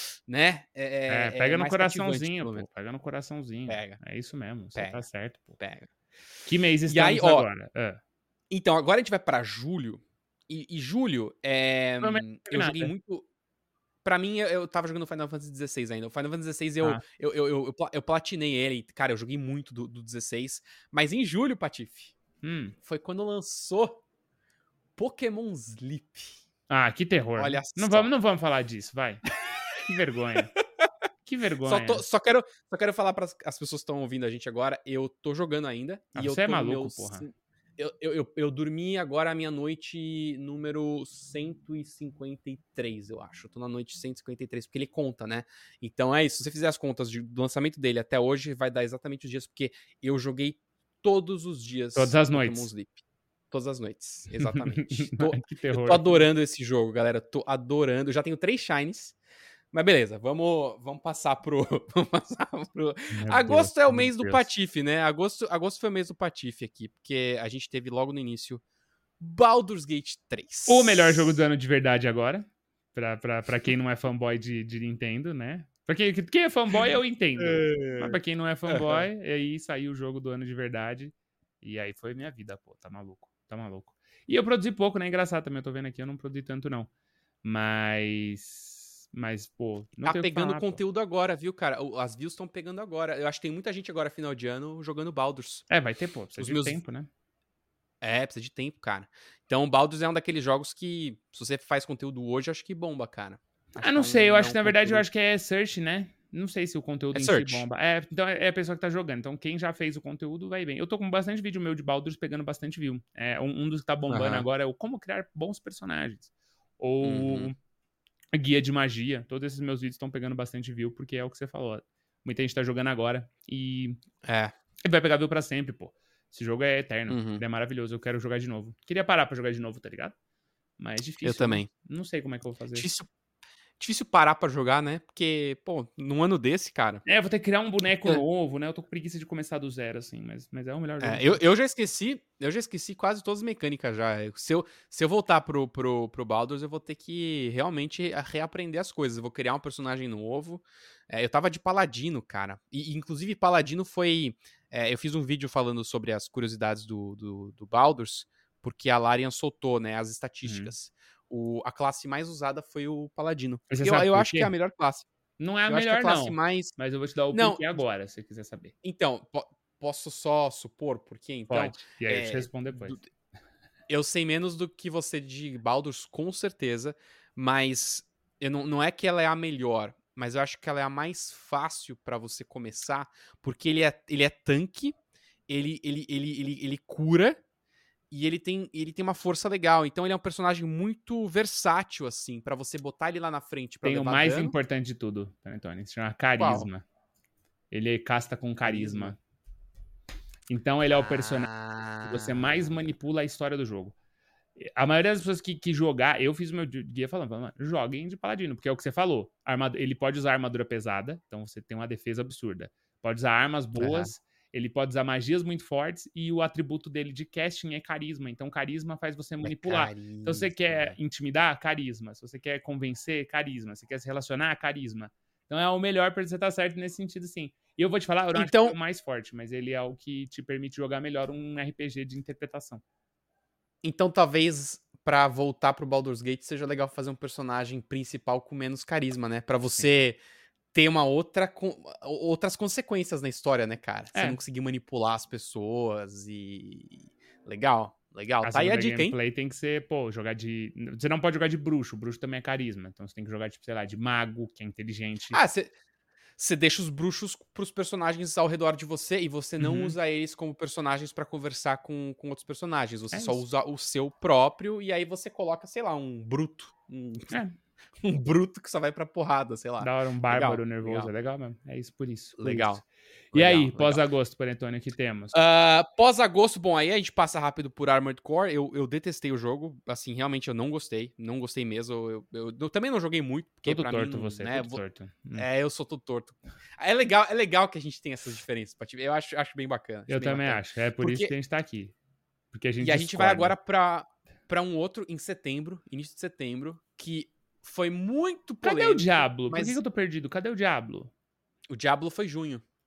Speaker 1: Né? É,
Speaker 2: É,
Speaker 1: é, é
Speaker 2: pega no
Speaker 1: mais cativante,
Speaker 2: coraçãozinho,
Speaker 1: pelo
Speaker 2: pô.
Speaker 1: menos.
Speaker 2: Pega no coraçãozinho.
Speaker 1: Pega,
Speaker 2: É isso mesmo, você tá
Speaker 1: pega,
Speaker 2: certo, pô.
Speaker 1: pega.
Speaker 2: Que mês
Speaker 1: E aí,
Speaker 2: estamos
Speaker 1: ó.
Speaker 2: agora? Ah,
Speaker 1: Então, agora a gente vai pra julho. E, e julho, é,
Speaker 2: Não teve
Speaker 1: eu joguei
Speaker 2: nada.
Speaker 1: muito... Pra mim, eu, eu tava jogando Final Fantasy dezesseis ainda. O Final Fantasy dezesseis, eu,
Speaker 2: Ah.
Speaker 1: eu, eu, eu, eu, pla- eu platinei ele. Cara, eu joguei muito do, do dezesseis. Mas em julho, Patife,
Speaker 2: Hum.
Speaker 1: foi quando lançou Pokémon Sleep.
Speaker 2: Ah, que terror.
Speaker 1: Olha
Speaker 2: Não
Speaker 1: só.
Speaker 2: vamos, não vamos falar disso, vai. Que vergonha. Que
Speaker 1: Só, tô-
Speaker 2: vergonha.
Speaker 1: só quero, só quero falar para as pessoas que estão ouvindo a gente agora. Eu tô jogando ainda.
Speaker 2: Ah,
Speaker 1: E eu
Speaker 2: você é
Speaker 1: tô no
Speaker 2: maluco,
Speaker 1: meu...
Speaker 2: porra.
Speaker 1: cin- Eu, eu, eu, eu dormi agora a minha noite número cento e cinquenta e três, eu acho. Eu tô na noite cento e cinquenta e três, porque ele conta, né? Então é isso. Se você fizer as contas de- do lançamento dele até hoje, vai dar exatamente os dias, porque eu joguei todos os
Speaker 2: Todas
Speaker 1: dias
Speaker 2: as
Speaker 1: Pokémon
Speaker 2: noites.
Speaker 1: Sleep. Todas as noites, exatamente. Tô,
Speaker 2: Que
Speaker 1: eu
Speaker 2: terror.
Speaker 1: tô adorando esse jogo, galera. Tô adorando. Eu já tenho três Shinies. Mas beleza, vamos, vamos passar pro. Vamos passar pro...
Speaker 2: Meu
Speaker 1: Agosto
Speaker 2: Deus,
Speaker 1: é o
Speaker 2: meu
Speaker 1: mês do
Speaker 2: Deus.
Speaker 1: Patife, né? Agosto, agosto foi o mês do Patife aqui, porque a gente teve logo no início Baldur's Gate três.
Speaker 2: O melhor jogo do ano de verdade agora. Pra, pra, pra quem não é fanboy de, de Nintendo, né? Pra quem, quem é fanboy, eu entendo. Mas pra quem não é fanboy, aí saiu o jogo do ano de verdade. E aí foi minha vida, pô. Tá maluco. Tá maluco. E eu produzi pouco, né? Engraçado também. Eu tô vendo aqui, eu não produzi tanto, não. Mas. Mas, pô, não
Speaker 1: Tá
Speaker 2: tenho o que
Speaker 1: pegando
Speaker 2: falar, pô.
Speaker 1: conteúdo agora, viu, cara? O- As views estão pegando agora. Eu acho que tem muita gente agora, final de ano, jogando Baldur's.
Speaker 2: É, vai ter, pô. Precisa
Speaker 1: Os
Speaker 2: de
Speaker 1: meus...
Speaker 2: tempo, né?
Speaker 1: É, precisa de tempo, cara. Então, Baldur's é um daqueles jogos que, se você faz conteúdo hoje, acho que bomba, cara. Acho
Speaker 2: Ah,
Speaker 1: que
Speaker 2: não
Speaker 1: é
Speaker 2: sei.
Speaker 1: um,
Speaker 2: Eu
Speaker 1: é
Speaker 2: acho
Speaker 1: um
Speaker 2: que, na verdade, eu
Speaker 1: conteúdo...
Speaker 2: acho que é search, né? Não sei se o conteúdo
Speaker 1: É
Speaker 2: em si
Speaker 1: search.
Speaker 2: bomba. É, então é a pessoa que tá jogando. Então quem já fez o conteúdo vai bem. Eu tô com bastante vídeo meu de Baldur's pegando bastante view. É, um, um dos que tá bombando
Speaker 1: Aham.
Speaker 2: agora é o como criar bons personagens. Ou
Speaker 1: Uhum.
Speaker 2: guia de magia. Todos esses meus vídeos estão pegando bastante view, porque é o que você falou. Muita gente tá jogando agora e,
Speaker 1: É.
Speaker 2: e vai pegar view pra sempre, pô. Esse jogo é eterno.
Speaker 1: Uhum.
Speaker 2: Ele é maravilhoso. Eu quero jogar de novo. Queria parar pra jogar de novo, tá ligado? Mas
Speaker 1: Eu
Speaker 2: difícil, né?
Speaker 1: também.
Speaker 2: Não sei como é que eu vou fazer.
Speaker 1: Difícil, difícil parar pra jogar, né? Porque, pô, num ano desse, cara.
Speaker 2: É, eu vou ter que criar um boneco
Speaker 1: É,
Speaker 2: novo, né? Eu tô com preguiça de começar do zero, assim, mas, mas é o melhor jogo.
Speaker 1: é, eu, eu já esqueci, eu já esqueci quase todas as mecânicas já. Se eu, se eu voltar pro, pro, pro Baldur's, eu vou ter que realmente reaprender as coisas. Eu vou criar um personagem novo. É, eu tava de Paladino, cara. E, inclusive, Paladino foi. É, eu fiz um vídeo falando sobre as curiosidades do, do, do Baldur's, porque a Larian soltou, né, as
Speaker 2: Uhum.
Speaker 1: estatísticas. O, a classe mais usada foi o Paladino.
Speaker 2: Mas você
Speaker 1: Eu,
Speaker 2: sabe
Speaker 1: eu
Speaker 2: por
Speaker 1: acho que é a
Speaker 2: quê?
Speaker 1: melhor classe.
Speaker 2: Não é a
Speaker 1: Eu acho que a
Speaker 2: melhor,
Speaker 1: classe
Speaker 2: não.
Speaker 1: mais.
Speaker 2: Mas eu vou te dar o
Speaker 1: Não,
Speaker 2: porquê agora, se você quiser saber.
Speaker 1: então, po- posso só supor por quê? Então,
Speaker 2: Pode. E aí eu te
Speaker 1: é,
Speaker 2: respondo depois.
Speaker 1: do- eu sei menos do que você de Baldur's, com certeza, mas eu não, não é que ela é a melhor, mas eu acho que ela é a mais fácil pra você começar, porque ele é, ele é tanque, ele, ele, ele, ele, ele cura, e ele tem, ele tem uma força legal. Então ele é um personagem muito versátil, assim, pra você botar ele lá na frente pra
Speaker 2: Tem o
Speaker 1: levar
Speaker 2: mais
Speaker 1: dano.
Speaker 2: importante de tudo, Antônio. Se chama
Speaker 1: Qual?
Speaker 2: carisma. Ele casta com
Speaker 1: Carisma?
Speaker 2: carisma. Então ele é o personagem que você mais
Speaker 1: Ah...
Speaker 2: manipula a história do jogo. A maioria das pessoas que, que jogar, eu fiz o meu guia falando, falando, joguem de paladino, porque é o que você falou. Armadura, ele pode usar armadura pesada, então você tem uma defesa absurda. Pode usar armas boas,
Speaker 1: Aham.
Speaker 2: ele pode usar magias muito fortes, e o atributo dele de casting é carisma. Então carisma faz você
Speaker 1: É
Speaker 2: manipular. Então se você quer
Speaker 1: carisma.
Speaker 2: intimidar, carisma. Se você quer convencer, carisma. Se você quer se relacionar, carisma. Então é o melhor pra você estar certo nesse sentido, sim. E eu vou te falar, eu não acho que ele é
Speaker 1: Então,
Speaker 2: o mais forte, mas ele é o que te permite jogar melhor um R P G de interpretação.
Speaker 1: então talvez pra voltar pro Baldur's Gate seja legal fazer um personagem principal com menos carisma, né? Pra
Speaker 2: Sim.
Speaker 1: você ter uma outra con- outras consequências na história, né, cara? Você não
Speaker 2: É,
Speaker 1: conseguir manipular as pessoas e legal, legal.
Speaker 2: a
Speaker 1: Tá aí a
Speaker 2: segunda
Speaker 1: dica, hein?
Speaker 2: gameplay tem que ser, pô, jogar de. Você não pode jogar de bruxo, bruxo também é carisma. Então você tem que jogar, tipo, sei lá, de mago, que é inteligente.
Speaker 1: Ah, você você deixa os bruxos pros personagens ao redor de você e você não
Speaker 2: Uhum.
Speaker 1: usa eles como personagens pra conversar com, com outros personagens. Você
Speaker 2: É
Speaker 1: só
Speaker 2: isso.
Speaker 1: usa o seu próprio e aí você coloca, sei lá, um bruto. Um,
Speaker 2: É,
Speaker 1: um bruto que só vai pra porrada, sei lá.
Speaker 2: da hora, um bárbaro
Speaker 1: Legal,
Speaker 2: nervoso, é
Speaker 1: legal,
Speaker 2: legal mesmo. É isso, por isso, por isso.
Speaker 1: legal,
Speaker 2: E
Speaker 1: legal,
Speaker 2: aí,
Speaker 1: legal.
Speaker 2: pós-agosto, por Antônio, o que temos?
Speaker 1: Ah, pós-agosto, bom, aí a gente passa rápido por Armored Core. Eu, eu detestei o jogo, assim, realmente eu não gostei, não gostei mesmo. Eu, eu, eu também não joguei muito, porque
Speaker 2: Todo
Speaker 1: pra
Speaker 2: torto
Speaker 1: mim,
Speaker 2: você,
Speaker 1: né,
Speaker 2: todo
Speaker 1: vo-
Speaker 2: torto. Hum.
Speaker 1: é, eu sou todo torto. É legal, é legal que a gente tem essas diferenças, Pati. Eu acho, acho bem bacana. Acho
Speaker 2: Eu
Speaker 1: bem
Speaker 2: também
Speaker 1: bacana.
Speaker 2: acho. É por isso
Speaker 1: Porque,
Speaker 2: que a gente tá aqui. Porque a gente
Speaker 1: e a gente vai
Speaker 2: discorda.
Speaker 1: agora pra, pra um outro em setembro, início de setembro, que foi muito
Speaker 2: Cadê
Speaker 1: polêmico,
Speaker 2: o Diablo? Por que,
Speaker 1: mas
Speaker 2: que eu tô perdido? Cadê o Diablo?
Speaker 1: o Diablo foi junho.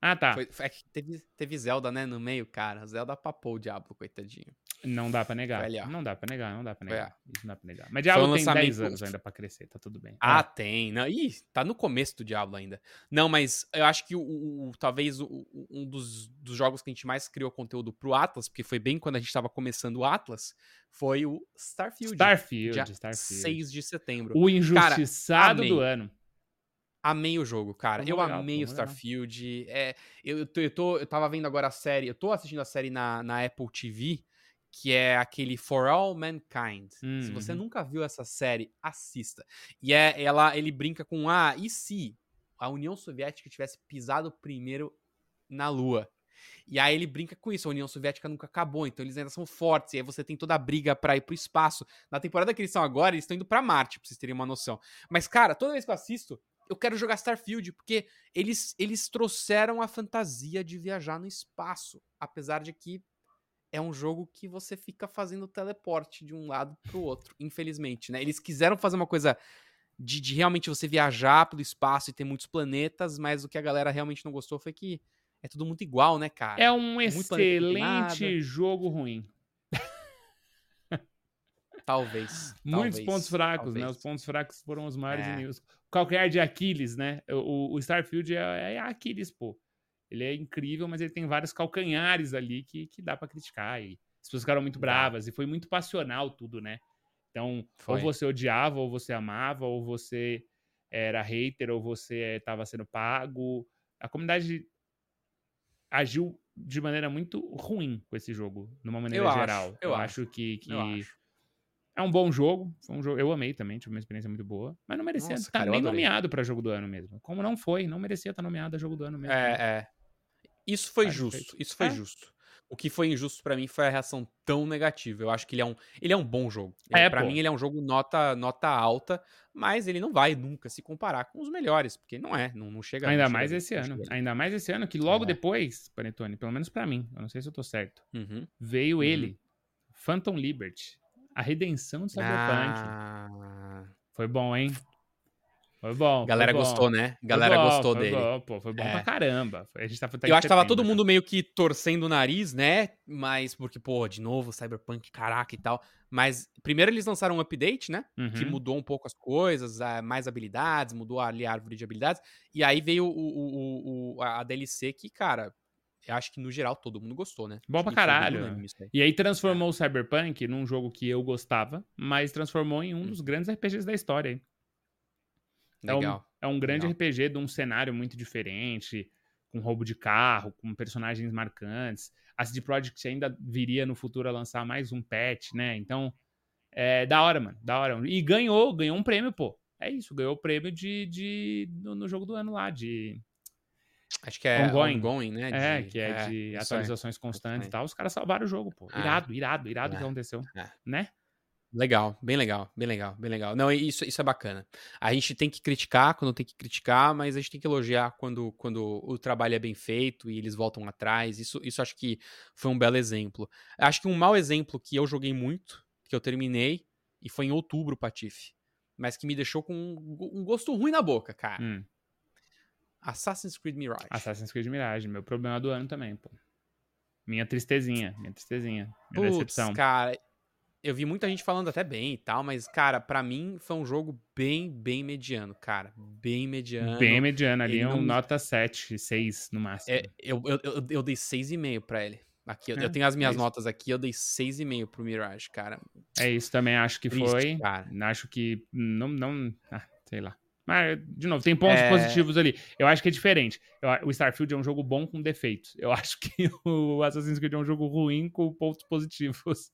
Speaker 2: Ah, tá.
Speaker 1: Foi, é que teve, teve Zelda, né, no meio, cara. Zelda papou o Diablo, coitadinho.
Speaker 2: Não dá pra negar.
Speaker 1: Foi ali, ó.
Speaker 2: Não dá pra negar, não dá pra
Speaker 1: Foi,
Speaker 2: negar.
Speaker 1: ó.
Speaker 2: Isso não dá pra negar. Mas
Speaker 1: Foi
Speaker 2: Diablo
Speaker 1: um
Speaker 2: tem dez
Speaker 1: lançamento.
Speaker 2: anos ainda pra crescer, tá tudo bem.
Speaker 1: Ah,
Speaker 2: Ah,
Speaker 1: tem. Não, ih, tá no começo do Diablo ainda. Não, mas eu acho que o, o- o- talvez o- o- um dos, dos jogos que a gente mais criou conteúdo pro Atlas, porque foi bem quando a gente tava começando o Atlas, foi o Starfield.
Speaker 2: Starfield,
Speaker 1: Dia
Speaker 2: Starfield.
Speaker 1: seis de setembro.
Speaker 2: O injustiçado
Speaker 1: amei.
Speaker 2: do ano.
Speaker 1: Amei o jogo, cara.
Speaker 2: Foi
Speaker 1: Eu
Speaker 2: mó legal,
Speaker 1: amei
Speaker 2: pô,
Speaker 1: o
Speaker 2: mó legal.
Speaker 1: Starfield. É, eu, eu, tô, eu, tô- eu tava vendo agora a série. Eu tô assistindo a série na, na Apple T V, que é aquele For All Mankind. Se você
Speaker 2: Uhum.
Speaker 1: nunca viu essa série, assista. E é, ela, ele brinca com, ah, e se a União Soviética tivesse pisado primeiro na Lua? E aí ele brinca com isso, a União Soviética nunca acabou, então eles ainda são fortes, e aí você tem toda a briga pra ir pro espaço. Na temporada que eles estão agora, eles estão indo pra Marte, pra vocês terem uma noção. Mas, cara, toda vez que eu assisto, eu quero jogar Starfield, porque eles, eles trouxeram a fantasia de viajar no espaço, apesar de que é um jogo que você fica fazendo teleporte de um lado pro outro, infelizmente, né? Eles quiseram fazer uma coisa de, de realmente você viajar pelo espaço e ter muitos planetas, mas o que a galera realmente não gostou foi que é tudo muito igual, né, cara?
Speaker 2: É um
Speaker 1: É muito planeta que não tem nada.
Speaker 2: excelente jogo ruim.
Speaker 1: Talvez.
Speaker 2: Muitos
Speaker 1: talvez,
Speaker 2: pontos fracos,
Speaker 1: talvez.
Speaker 2: né? Os pontos fracos foram os maiores
Speaker 1: É.
Speaker 2: inimigos. O calcanhar de Aquiles, né? O, o Starfield é, é Aquiles, pô. Ele é incrível, mas ele tem vários calcanhares ali que, que dá pra criticar. E as pessoas ficaram muito
Speaker 1: Dá.
Speaker 2: bravas e foi muito passional tudo, né? Então,
Speaker 1: Foi.
Speaker 2: ou você odiava, ou você amava, ou você era hater, ou você estava sendo pago. A comunidade agiu de maneira muito ruim com esse jogo, de uma maneira
Speaker 1: Eu
Speaker 2: geral.
Speaker 1: acho, eu,
Speaker 2: Eu
Speaker 1: acho.
Speaker 2: acho que, que
Speaker 1: Eu acho.
Speaker 2: é um bom jogo. Foi um jogo. Eu amei também, tive uma experiência muito boa. Mas não merecia
Speaker 1: Nossa,
Speaker 2: estar
Speaker 1: cara, eu
Speaker 2: nem
Speaker 1: adorei.
Speaker 2: nomeado pra jogo do ano mesmo. Como não foi, não merecia estar nomeado a jogo do ano mesmo.
Speaker 1: É, é. Isso foi
Speaker 2: Vários
Speaker 1: justo.
Speaker 2: feitos.
Speaker 1: Isso foi
Speaker 2: É.
Speaker 1: justo. O que foi injusto pra mim foi a reação tão negativa. Eu acho que ele é um, ele é um bom jogo. Ele,
Speaker 2: É,
Speaker 1: pra
Speaker 2: pô.
Speaker 1: mim, ele é um jogo nota, nota alta, mas ele não vai nunca se comparar com os melhores, porque não é, não, não chega.
Speaker 2: Ainda
Speaker 1: não chega
Speaker 2: mais
Speaker 1: ali,
Speaker 2: esse
Speaker 1: não
Speaker 2: ano.
Speaker 1: chega ali.
Speaker 2: Ainda mais esse ano, que logo
Speaker 1: É.
Speaker 2: depois, Panetone, pelo menos pra mim, eu não sei se eu tô certo,
Speaker 1: Uhum.
Speaker 2: veio
Speaker 1: Uhum.
Speaker 2: ele, Phantom Liberty. A redenção de Cyberpunk.
Speaker 1: Ah.
Speaker 2: Foi bom, hein? Foi bom,
Speaker 1: Galera
Speaker 2: foi bom.
Speaker 1: gostou, né?
Speaker 2: Foi
Speaker 1: Galera
Speaker 2: bom,
Speaker 1: gostou
Speaker 2: foi
Speaker 1: dele.
Speaker 2: bom, pô. Foi bom pra
Speaker 1: É.
Speaker 2: caramba. Foi- A gente tá, tá em
Speaker 1: Eu acho que tava
Speaker 2: setembro
Speaker 1: todo
Speaker 2: já.
Speaker 1: mundo meio que torcendo o nariz, né? Mas, porque, pô, de novo, Cyberpunk, caraca e tal. Mas, primeiro eles lançaram um update, né? Que
Speaker 2: Uhum.
Speaker 1: mudou um pouco as coisas, ah, mais habilidades, mudou ali a árvore de habilidades. E aí veio o, o- o- o- a D L C que, cara, eu acho que no geral todo mundo gostou, né?
Speaker 2: Bom
Speaker 1: Acho
Speaker 2: pra
Speaker 1: que foi bem
Speaker 2: caralho.
Speaker 1: unânime isso aí.
Speaker 2: E aí transformou o Cyberpunk num jogo que eu gostava, mas transformou em um
Speaker 1: Hum.
Speaker 2: dos grandes R P Gs da história, hein? É um,
Speaker 1: Legal.
Speaker 2: é um grande
Speaker 1: legal.
Speaker 2: R P G de um cenário muito diferente, com roubo de carro, com personagens marcantes. A C D Projekt ainda viria no futuro a lançar mais um patch, né? Então, é da hora, mano. Da hora. E ganhou, ganhou um prêmio, pô. É isso, ganhou o prêmio de, de, no, no jogo do ano lá, de
Speaker 1: Acho que é
Speaker 2: ongoing.
Speaker 1: ongoing, né?
Speaker 2: É,
Speaker 1: De,
Speaker 2: que é de
Speaker 1: isso aí.
Speaker 2: atualizações constantes
Speaker 1: aí.
Speaker 2: e tal. Os caras salvaram o jogo, pô.
Speaker 1: É,
Speaker 2: Irado, irado, irado o que
Speaker 1: é,
Speaker 2: aconteceu.
Speaker 1: é.
Speaker 2: Né?
Speaker 1: Legal, bem legal, bem legal, bem legal. Não, isso, isso é bacana. A gente tem que criticar quando tem que criticar, mas a gente tem que elogiar quando, quando o trabalho é bem feito e eles voltam atrás. Isso, isso acho que foi um belo exemplo. Acho que um mau exemplo que eu joguei muito, que eu terminei, e foi em outubro, Patife, mas que me deixou com um, um gosto ruim na boca, cara.
Speaker 2: Hum.
Speaker 1: Assassin's Creed Mirage.
Speaker 2: Assassin's Creed Mirage, meu problema do ano também, pô. Minha tristezinha, minha tristezinha, minha
Speaker 1: Putz,
Speaker 2: decepção.
Speaker 1: cara, eu vi muita gente falando até bem e tal, mas, cara, pra mim foi um jogo bem, bem mediano, cara. Bem mediano.
Speaker 2: Bem mediano, ali
Speaker 1: Ele
Speaker 2: é um
Speaker 1: não me-
Speaker 2: nota sete, seis no máximo.
Speaker 1: É, eu, eu, eu, eu dei seis e meio pra ele. Aqui, eu,
Speaker 2: É,
Speaker 1: eu tenho as minhas
Speaker 2: é isso.
Speaker 1: notas aqui, eu dei seis e meio pro Mirage, cara.
Speaker 2: É isso, também acho que
Speaker 1: Triste,
Speaker 2: foi.
Speaker 1: cara.
Speaker 2: Acho que não, não, ah, sei lá. Mas, de novo, tem pontos
Speaker 1: É.
Speaker 2: positivos ali. Eu acho que é diferente. Eu a- o Starfield é um jogo bom com defeitos. Eu acho que o Assassin's Creed é um jogo ruim com pontos positivos.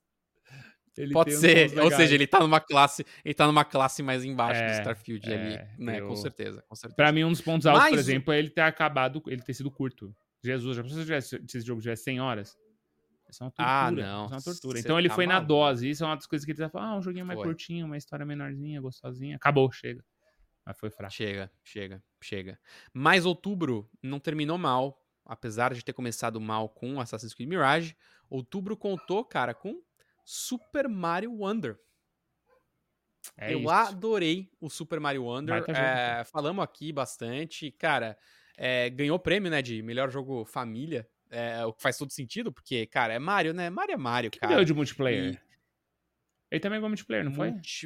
Speaker 2: Ele
Speaker 1: Pode
Speaker 2: tem uns
Speaker 1: ser,
Speaker 2: pontos
Speaker 1: ou
Speaker 2: legais.
Speaker 1: seja, ele tá numa classe, ele tá numa classe mais embaixo do
Speaker 2: É,
Speaker 1: Starfield
Speaker 2: é,
Speaker 1: ali, né?
Speaker 2: eu-
Speaker 1: Com certeza, com certeza.
Speaker 2: Pra mim, um dos pontos altos,
Speaker 1: Mas
Speaker 2: por
Speaker 1: o-
Speaker 2: exemplo, é ele ter acabado, ele ter sido curto. Jesus, já pensou se, tivesse, se esse jogo tivesse cem horas? Isso é uma tortura.
Speaker 1: Ah, não.
Speaker 2: Isso é uma tortura.
Speaker 1: Cê
Speaker 2: Então ele
Speaker 1: tá
Speaker 2: foi na
Speaker 1: maluco.
Speaker 2: dose. Isso é uma das coisas que ele fala, ah, um joguinho mais
Speaker 1: Foi.
Speaker 2: curtinho, uma história menorzinha, gostosinha. Acabou, chega. Mas foi fraco.
Speaker 1: Chega, chega, chega. Mas outubro não terminou mal, apesar de ter começado mal com Assassin's Creed Mirage. Outubro contou, cara, com Super Mario Wonder.
Speaker 2: É
Speaker 1: Eu
Speaker 2: isso.
Speaker 1: adorei o Super Mario Wonder.
Speaker 2: Baita jogo,
Speaker 1: é, falamos aqui bastante. Cara, é, ganhou o prêmio, né, de melhor jogo família, é, o que faz todo sentido, porque, cara, é Mario, né? Mario é Mario,
Speaker 2: que
Speaker 1: cara.
Speaker 2: deu de multiplayer?
Speaker 1: E
Speaker 2: Ele também ganhou multiplayer, não foi?
Speaker 1: multi...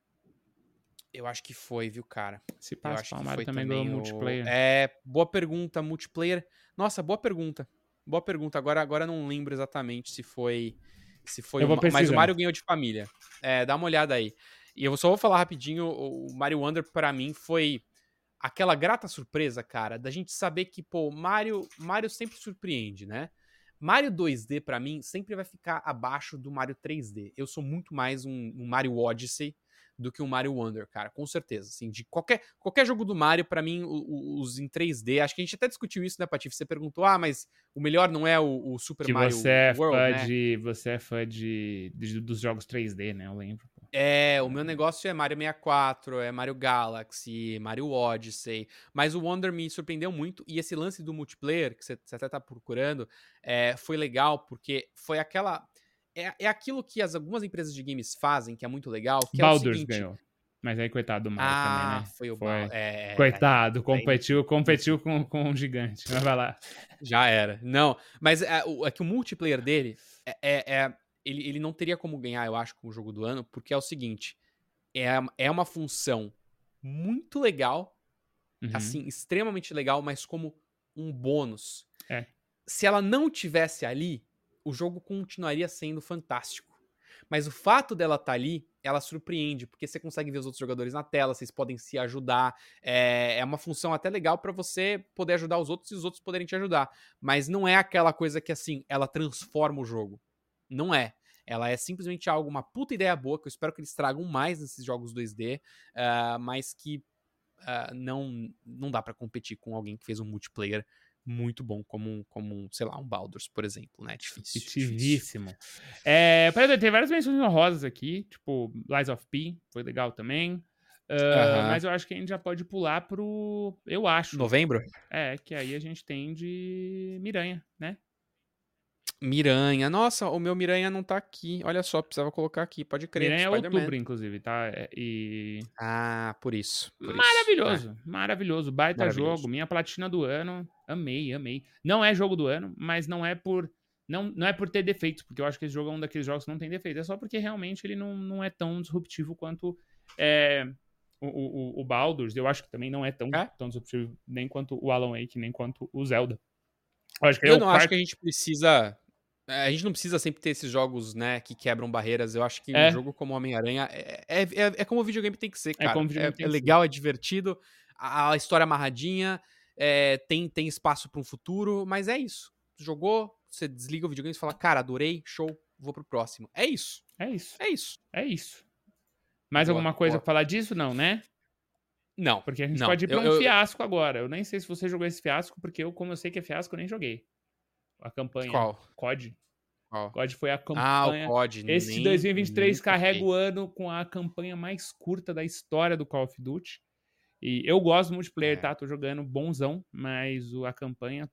Speaker 1: Eu acho que foi, viu, cara?
Speaker 2: Se
Speaker 1: Eu
Speaker 2: passa,
Speaker 1: acho
Speaker 2: o
Speaker 1: que
Speaker 2: Mario
Speaker 1: foi
Speaker 2: também
Speaker 1: também
Speaker 2: ganhou
Speaker 1: o...
Speaker 2: multiplayer.
Speaker 1: É, boa pergunta, multiplayer. Nossa, boa pergunta. Boa pergunta. Agora, agora eu não lembro exatamente se foi... Se foi
Speaker 2: Eu vou
Speaker 1: o... Mas o
Speaker 2: pesquisar.
Speaker 1: Mario ganhou de família. É, dá uma olhada aí. E eu só vou falar rapidinho, o Mario Wonder, pra mim, foi aquela grata surpresa, cara, da gente saber que, pô, Mario, Mario sempre surpreende, né? Mario dois D, pra mim, sempre vai ficar abaixo do Mario três D. Eu sou muito mais um, um Mario Odyssey do que um Mario Wonder, cara, com certeza. Assim, de qualquer, qualquer jogo do Mario, pra mim, os, os em três D, acho que a gente até discutiu isso, né, Patife? Você perguntou, ah, mas o melhor não é o, o Super
Speaker 2: Que
Speaker 1: Mario
Speaker 2: você é
Speaker 1: World,
Speaker 2: fã
Speaker 1: né?
Speaker 2: de. Você é fã de, de- dos jogos três D, né? Eu lembro. Pô.
Speaker 1: É, o meu negócio é Mario sessenta e quatro, é Mario Galaxy, Mario Odyssey, mas o Wonder me surpreendeu muito, e esse lance do multiplayer, que você até tá procurando, é, foi legal, porque foi aquela... É, é aquilo que as, algumas empresas de games fazem, que é muito legal, que é o
Speaker 2: Baldur's
Speaker 1: seguinte...
Speaker 2: ganhou. Mas aí, coitado do Mario também,
Speaker 1: Ah,
Speaker 2: né?
Speaker 1: foi o
Speaker 2: Foi.
Speaker 1: Bal... É,
Speaker 2: Coitado,
Speaker 1: aí,
Speaker 2: competiu,
Speaker 1: aí,
Speaker 2: competiu com, com um gigante. Mas vai lá.
Speaker 1: já era. Não, mas é, o- é que o multiplayer dele, é, é- é- ele, ele não teria como ganhar, eu acho, com o jogo do ano, porque é o seguinte... É, é uma função muito legal,
Speaker 2: Uhum.
Speaker 1: assim, extremamente legal, mas como um bônus.
Speaker 2: É.
Speaker 1: Se ela não tivesse ali, o jogo continuaria sendo fantástico. Mas o fato dela estar ali, ela surpreende, porque você consegue ver os outros jogadores na tela, vocês podem se ajudar. É, é uma função até legal pra você poder ajudar os outros e os outros poderem te ajudar. Mas não é aquela coisa que, assim, ela transforma o jogo. Não é. Ela é simplesmente algo, uma puta ideia boa, que eu espero que eles tragam mais nesses jogos dois D, uh, mas que uh, não, não dá pra competir com alguém que fez um multiplayer muito bom, como, como sei lá, um Baldur's, por exemplo, né? Difícil.
Speaker 2: Positivíssimo. É, peraí, tem várias menções honrosas aqui, tipo Lies of P, foi legal também. Uh,
Speaker 1: uh-huh.
Speaker 2: Mas eu acho que a gente já pode pular pro... Eu acho.
Speaker 1: Novembro?
Speaker 2: É, que aí a gente tem de Miranha, né?
Speaker 1: Miranha. Nossa, o meu Miranha não tá aqui. Olha só, precisava colocar aqui. Pode crer.
Speaker 2: Miranha é outubro, inclusive, tá? E...
Speaker 1: Ah, por isso. Por
Speaker 2: maravilhoso,
Speaker 1: isso.
Speaker 2: maravilhoso. Baita
Speaker 1: maravilhoso.
Speaker 2: jogo. Minha platina do ano. Amei, amei. Não é jogo do ano, mas não é por... Não, não é por ter defeitos, porque eu acho que esse jogo é um daqueles jogos que não tem defeito. É só porque realmente ele não, não é tão disruptivo quanto é, o, o, o Baldur's. Eu acho que também não é tão,
Speaker 1: é?
Speaker 2: tão disruptivo nem quanto o Alan Wake, nem quanto o Zelda. Eu, acho que
Speaker 1: eu
Speaker 2: é
Speaker 1: não
Speaker 2: quarto...
Speaker 1: acho que a gente precisa... A gente não precisa sempre ter esses jogos, né, que quebram barreiras. Eu acho que
Speaker 2: é.
Speaker 1: um jogo como Homem-Aranha é, é, é, é como o videogame tem que ser, cara.
Speaker 2: É, como o videogame
Speaker 1: é,
Speaker 2: tem
Speaker 1: é
Speaker 2: que
Speaker 1: legal,
Speaker 2: ser.
Speaker 1: é divertido, a, a história é amarradinha, é, tem, tem espaço para um futuro, mas é isso. Jogou, você desliga o videogame e fala, cara, adorei, show, vou pro próximo. É isso.
Speaker 2: É isso.
Speaker 1: É isso.
Speaker 2: É isso. Mais
Speaker 1: boa,
Speaker 2: alguma coisa
Speaker 1: boa.
Speaker 2: pra falar disso? Não, né?
Speaker 1: Não.
Speaker 2: Porque a gente
Speaker 1: não.
Speaker 2: pode ir pra
Speaker 1: eu,
Speaker 2: um
Speaker 1: eu...
Speaker 2: fiasco agora. Eu nem sei se você jogou esse fiasco, porque eu, como eu sei que é fiasco, eu nem joguei. A campanha.
Speaker 1: Qual?
Speaker 2: C O D.
Speaker 1: Qual?
Speaker 2: C O D foi a campanha.
Speaker 1: Ah, o C O D.
Speaker 2: Esse
Speaker 1: nem,
Speaker 2: dois mil e vinte e três carrega
Speaker 1: toquei.
Speaker 2: o ano com a campanha mais curta da história do Call of Duty. E eu gosto do multiplayer, é. tá? Tô jogando bonzão, mas a campanha...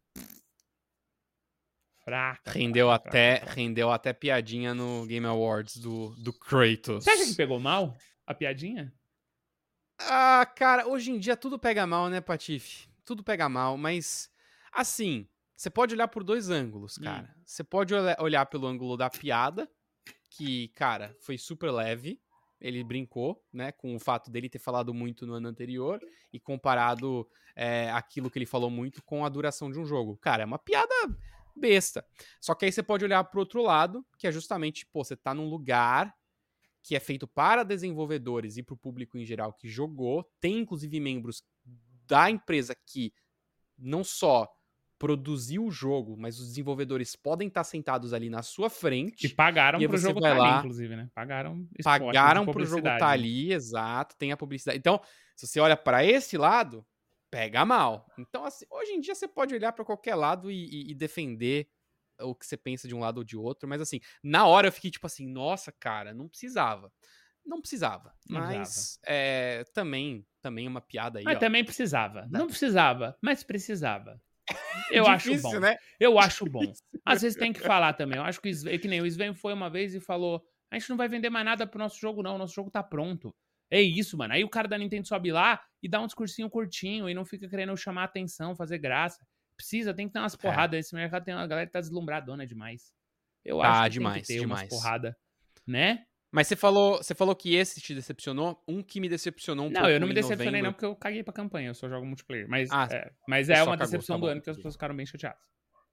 Speaker 2: Fraca.
Speaker 1: Rendeu,
Speaker 2: fraca,
Speaker 1: até,
Speaker 2: fraca, fraca.
Speaker 1: rendeu até piadinha no Game Awards do, do Kratos.
Speaker 2: Você acha que pegou mal a piadinha?
Speaker 1: Ah, cara, hoje em dia tudo pega mal, né, Patife? Tudo pega mal, mas... Assim, você pode olhar por dois ângulos, cara. Hum. Você pode olhar pelo ângulo da piada, que, cara, foi super leve. Ele brincou, né, com o fato dele ter falado muito no ano anterior e comparado é, aquilo que ele falou muito com a duração de um jogo. Cara, é uma piada besta. Só que aí você pode olhar pro outro lado, que é justamente, pô, você tá num lugar que é feito para desenvolvedores e pro público em geral que jogou. Tem, inclusive, membros da empresa que não só produziu o jogo, mas os desenvolvedores podem estar sentados ali na sua frente.
Speaker 2: E pagaram
Speaker 1: e
Speaker 2: pro
Speaker 1: você
Speaker 2: jogo
Speaker 1: vai
Speaker 2: tá
Speaker 1: lá,
Speaker 2: ali, inclusive, né? Pagaram
Speaker 1: Pagaram pro jogo tá ali, exato, tem a publicidade. Então, se você olha para esse lado, pega mal. Então, assim, hoje em dia você pode olhar para qualquer lado e, e, e defender o que você pensa de um lado ou de outro, mas assim, na hora eu fiquei tipo assim, nossa, cara, não precisava. Não precisava,
Speaker 2: não
Speaker 1: mas
Speaker 2: precisava.
Speaker 1: É, também, também uma piada aí,
Speaker 2: Mas
Speaker 1: ó.
Speaker 2: também precisava. Não precisava, mas precisava. Eu
Speaker 1: Difícil,
Speaker 2: acho bom.
Speaker 1: Né?
Speaker 2: Eu acho bom. Às vezes tem que falar também. Eu acho que, que nem o Sven foi uma vez e falou, a gente não vai vender mais nada pro nosso jogo não, o nosso jogo tá pronto. É isso, mano. Aí o cara da Nintendo sobe lá e dá um discursinho curtinho e não fica querendo chamar atenção, fazer graça. Precisa, tem que ter umas porradas. É. Esse mercado tem uma galera que tá deslumbradona demais. Eu
Speaker 1: tá,
Speaker 2: acho que
Speaker 1: demais,
Speaker 2: tem que ter
Speaker 1: demais.
Speaker 2: umas porradas, né?
Speaker 1: Mas você falou, você falou que esse te decepcionou? Um que me decepcionou um
Speaker 2: não,
Speaker 1: pouco
Speaker 2: eu não me
Speaker 1: em
Speaker 2: decepcionei
Speaker 1: novembro.
Speaker 2: não, porque eu caguei pra campanha. Eu só jogo multiplayer. Mas
Speaker 1: Ah,
Speaker 2: é, mas é uma
Speaker 1: cagou,
Speaker 2: decepção
Speaker 1: tá
Speaker 2: do
Speaker 1: bom,
Speaker 2: ano que as pessoas ficaram bem chateadas.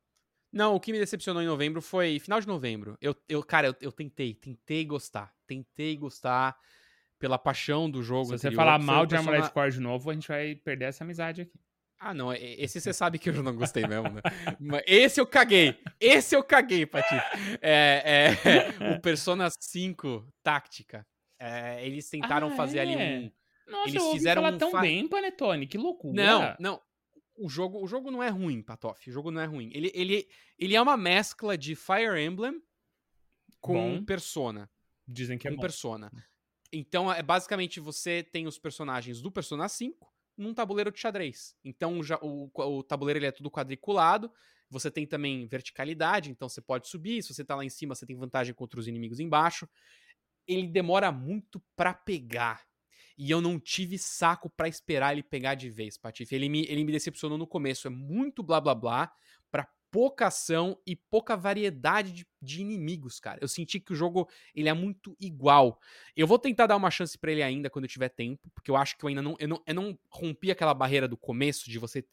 Speaker 1: Não, o que me decepcionou em novembro foi final de novembro. Eu, eu cara, eu, eu tentei, tentei gostar. Tentei gostar pela paixão do jogo
Speaker 2: Se
Speaker 1: anterior.
Speaker 2: você falar
Speaker 1: que foi
Speaker 2: mal
Speaker 1: o
Speaker 2: de
Speaker 1: Persona...
Speaker 2: Armored Core de novo, a gente vai perder essa amizade aqui.
Speaker 1: Ah, não. Esse você sabe que eu não gostei mesmo, né? Mas esse eu caguei. Esse eu caguei, Patife. É, é, o Persona cinco Táctica. É, eles tentaram
Speaker 2: Ah,
Speaker 1: fazer ali
Speaker 2: é?
Speaker 1: um...
Speaker 2: Nossa,
Speaker 1: Eles
Speaker 2: eu ouvi
Speaker 1: fizeram
Speaker 2: falar
Speaker 1: um...
Speaker 2: tão
Speaker 1: Fa...
Speaker 2: bem, Panetone. Que loucura.
Speaker 1: Não, não. O jogo, o jogo não é ruim, Patof. O jogo não é ruim. Ele, ele, ele é uma mescla de Fire Emblem com
Speaker 2: Bom.
Speaker 1: Persona.
Speaker 2: Dizem que
Speaker 1: com
Speaker 2: é bom.
Speaker 1: Persona. Então, é basicamente, você tem os personagens do Persona cinco num tabuleiro de xadrez. Então, já, o, o tabuleiro ele é tudo quadriculado. Você tem também verticalidade, então você pode subir. Se você tá lá em cima, você tem vantagem contra os inimigos embaixo. Ele demora muito pra pegar. E eu não tive saco pra esperar ele pegar de vez, Patife. Ele me, ele me decepcionou no começo. É muito blá blá blá pra pouca ação e pouca variedade de, de inimigos, cara. Eu senti que o jogo ele é muito igual. Eu vou tentar dar uma chance pra ele ainda quando eu tiver tempo, porque eu acho que eu ainda não eu, não. eu não rompi aquela barreira do começo de você...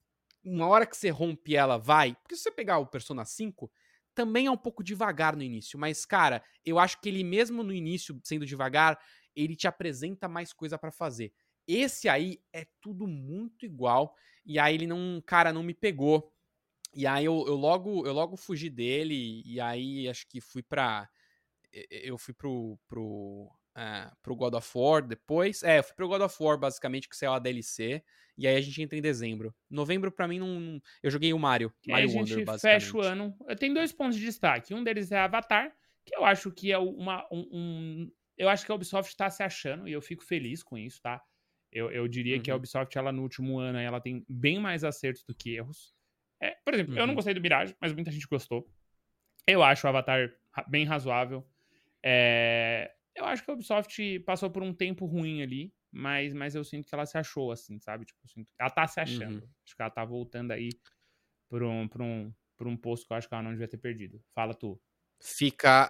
Speaker 1: Uma hora que você rompe ela, vai. Porque se você pegar o Persona cinco... também é um pouco devagar no início, mas, cara, eu acho que ele mesmo no início, sendo devagar, ele te apresenta mais coisa pra fazer. Esse aí é tudo muito igual, e aí ele não, cara, não me pegou. E aí eu, eu, logo, eu logo fugi dele, e aí acho que fui pra... Eu fui pro, pro, uh, pro God of War depois. É, eu fui pro God of War, basicamente, que saiu a D L C. E aí a gente entra em dezembro. Novembro, pra mim, não. Eu joguei o Mario.
Speaker 2: E aí
Speaker 1: Mario
Speaker 2: a gente
Speaker 1: Wonder, basicamente.
Speaker 2: fecha o ano. Eu tenho dois pontos de destaque. Um deles é Avatar, que eu acho que é uma. Um, um, eu acho que a Ubisoft tá se achando, e eu fico feliz com isso, tá? Eu, eu diria uhum. que a Ubisoft, ela no último ano, ela tem bem mais acertos do que erros. É, por exemplo, uhum. eu não gostei do Mirage, mas muita gente gostou. Eu acho o Avatar bem razoável. É, eu acho que a Ubisoft passou por um tempo ruim ali, mas, mas eu sinto que ela se achou, assim, sabe? Tipo, sinto, ela tá se achando. Uhum. Acho que ela tá voltando aí por um, por, um, por um posto que eu acho que ela não devia ter perdido. Fala tu.
Speaker 1: Fica,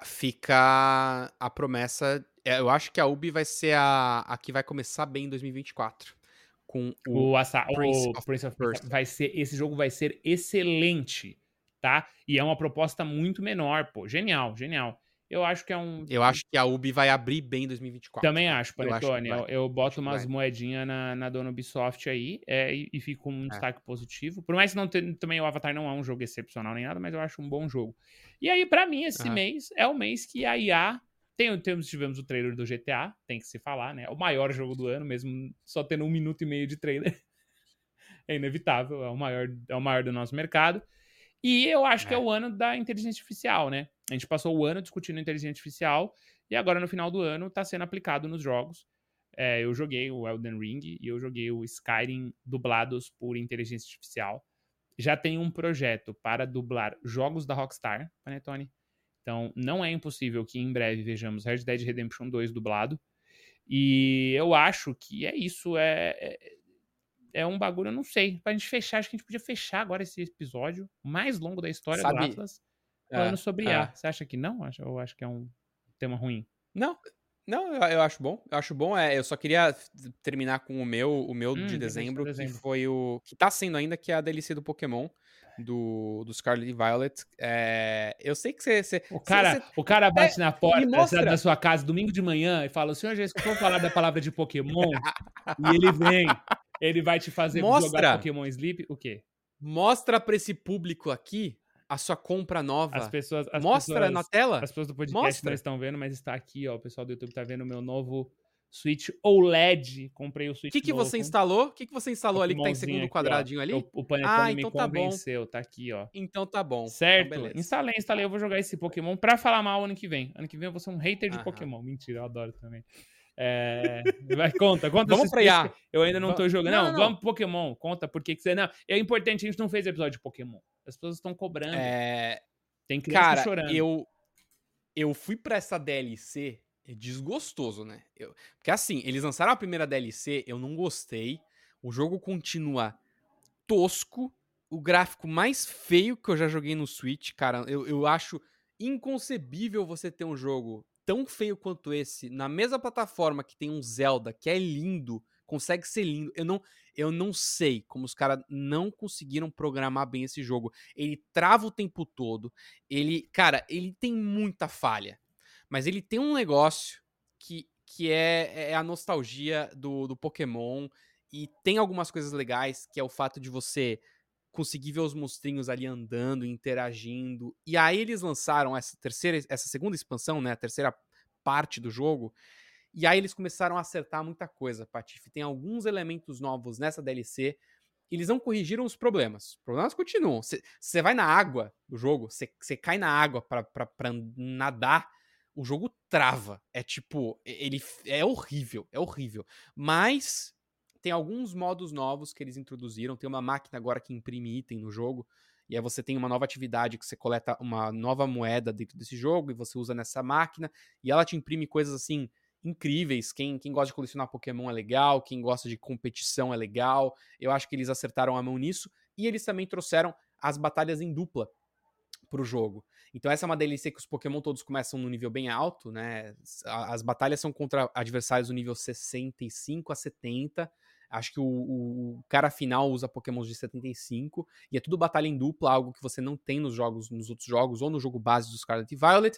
Speaker 1: fica a promessa... Eu acho que a Ubi vai ser a, a que vai começar bem em dois mil e vinte e quatro. Com o,
Speaker 2: o, Assa
Speaker 1: Prince,
Speaker 2: o
Speaker 1: of
Speaker 2: Prince of Persia. Vai ser, esse jogo vai ser excelente, tá? E é uma proposta muito menor, pô. Genial, genial. Eu acho que é um...
Speaker 1: Eu acho que a Ubi vai abrir bem em dois mil e vinte e quatro.
Speaker 2: Também cara. acho, Panetone. Eu, eu, eu boto
Speaker 1: acho
Speaker 2: umas moedinhas na, na dona Ubisoft aí é, e, e fico com um é. destaque positivo. Por mais que não ter, também o Avatar não é um jogo excepcional nem nada, mas eu acho um bom jogo. E aí, pra mim, esse uhum. mês é o mês que a I A... Tem, temos, tivemos o trailer do G T A, tem que se falar, né? O maior jogo do ano, mesmo só tendo um minuto e meio de trailer. É inevitável, é o maior, é o maior do nosso mercado. E eu acho é. que é o ano da inteligência artificial, né? A gente passou o ano discutindo inteligência artificial e agora no final do ano tá sendo aplicado nos jogos. É, eu joguei o Elden Ring e eu joguei o Skyrim dublados por inteligência artificial. Já tem um projeto para dublar jogos da Rockstar, Panetone. Então não é impossível que em breve vejamos Red Dead Redemption dois dublado. E eu acho que é isso, é... é É um bagulho, eu não sei. Pra gente fechar, acho que a gente podia fechar agora esse episódio mais longo da história Sabe, do Atlas falando é, sobre I A. É. Você acha que não? Eu acho que é um tema ruim.
Speaker 1: Não, não, eu, eu acho bom. Eu acho bom. É, eu só queria terminar com o meu, o meu hum, de dezembro, dezembro, que foi o... Que tá sendo ainda, que é a D L C do Pokémon. Do, do Scarlet e Violet. É, eu sei que você...
Speaker 2: O cara,
Speaker 1: cê,
Speaker 2: o cara bate é, na porta
Speaker 1: mostra...
Speaker 2: da sua casa domingo de manhã e fala, o senhor já escutou falar da palavra de Pokémon? E ele vem... Ele vai te fazer
Speaker 1: Mostra,
Speaker 2: jogar Pokémon Sleep, o quê?
Speaker 1: Mostra pra esse público aqui a sua compra nova.
Speaker 2: As pessoas, as
Speaker 1: Mostra
Speaker 2: pessoas,
Speaker 1: na tela.
Speaker 2: As pessoas do podcast
Speaker 1: Mostra.
Speaker 2: não estão vendo, mas está aqui, ó. O pessoal do YouTube tá vendo o meu novo Switch O L E D. Comprei o Switch
Speaker 1: que que
Speaker 2: novo.
Speaker 1: O que você instalou? O que que você instalou ali que tá em segundo
Speaker 2: aqui,
Speaker 1: quadradinho
Speaker 2: ó.
Speaker 1: ali?
Speaker 2: O, o Panetone
Speaker 1: ah,
Speaker 2: me
Speaker 1: então
Speaker 2: convenceu,
Speaker 1: tá,
Speaker 2: tá aqui, ó.
Speaker 1: Então tá bom.
Speaker 2: Certo?
Speaker 1: Então
Speaker 2: instalei, instalei. Eu vou jogar esse Pokémon pra falar mal ano que vem. Ano que vem eu vou ser um hater de
Speaker 1: Aham.
Speaker 2: Pokémon. Mentira, eu adoro também. É... Vai, conta, conta.
Speaker 1: Vamos pra I A.
Speaker 2: Eu ainda não tô jogando. Não,
Speaker 1: não, não,
Speaker 2: vamos pro Pokémon. Conta por que você... Não, é importante, a gente não fez episódio de Pokémon. As pessoas estão cobrando.
Speaker 1: É...
Speaker 2: Tem criança
Speaker 1: Cara,
Speaker 2: chorando.
Speaker 1: eu... eu fui pra essa D L C É desgostoso, né? Eu, porque assim, eles lançaram a primeira D L C, eu não gostei. O jogo continua tosco, o gráfico mais feio que eu já joguei no Switch, cara. Eu, eu acho inconcebível você ter um jogo tão feio quanto esse na mesma plataforma que tem um Zelda, que é lindo, consegue ser lindo. Eu não, eu não sei como os caras não conseguiram programar bem esse jogo. Ele trava o tempo todo. Ele, cara, ele tem muita falha. Mas ele tem um negócio que, que é, é a nostalgia do, do Pokémon. E tem algumas coisas legais, que é o fato de você conseguir ver os monstrinhos ali andando, interagindo. E aí eles lançaram essa terceira, essa segunda expansão, né? A terceira parte do jogo. E aí eles começaram a acertar muita coisa, Patife. Tem alguns elementos novos nessa D L C. Eles não corrigiram os problemas. Os problemas continuam. Você vai na água do jogo, você cai na água pra, pra, pra nadar, o jogo trava. É tipo, ele é horrível, é horrível. Mas tem alguns modos novos que eles introduziram. Tem uma máquina agora que imprime item no jogo. E aí você tem uma nova atividade que você coleta uma nova moeda dentro desse jogo e você usa nessa máquina. E ela te imprime coisas assim incríveis. Quem, quem gosta de colecionar Pokémon é legal, quem gosta de competição é legal. Eu acho que eles acertaram a mão nisso. E eles também trouxeram as batalhas em dupla pro jogo. Então essa é uma D L C que os Pokémon todos começam no nível bem alto, né? As batalhas são contra adversários do nível sessenta e cinco a setenta. Acho que o, o cara final usa Pokémons de setenta e cinco. E é tudo batalha em dupla, algo que você não tem nos jogos, nos outros jogos, ou no jogo base do Scarlet e Violet.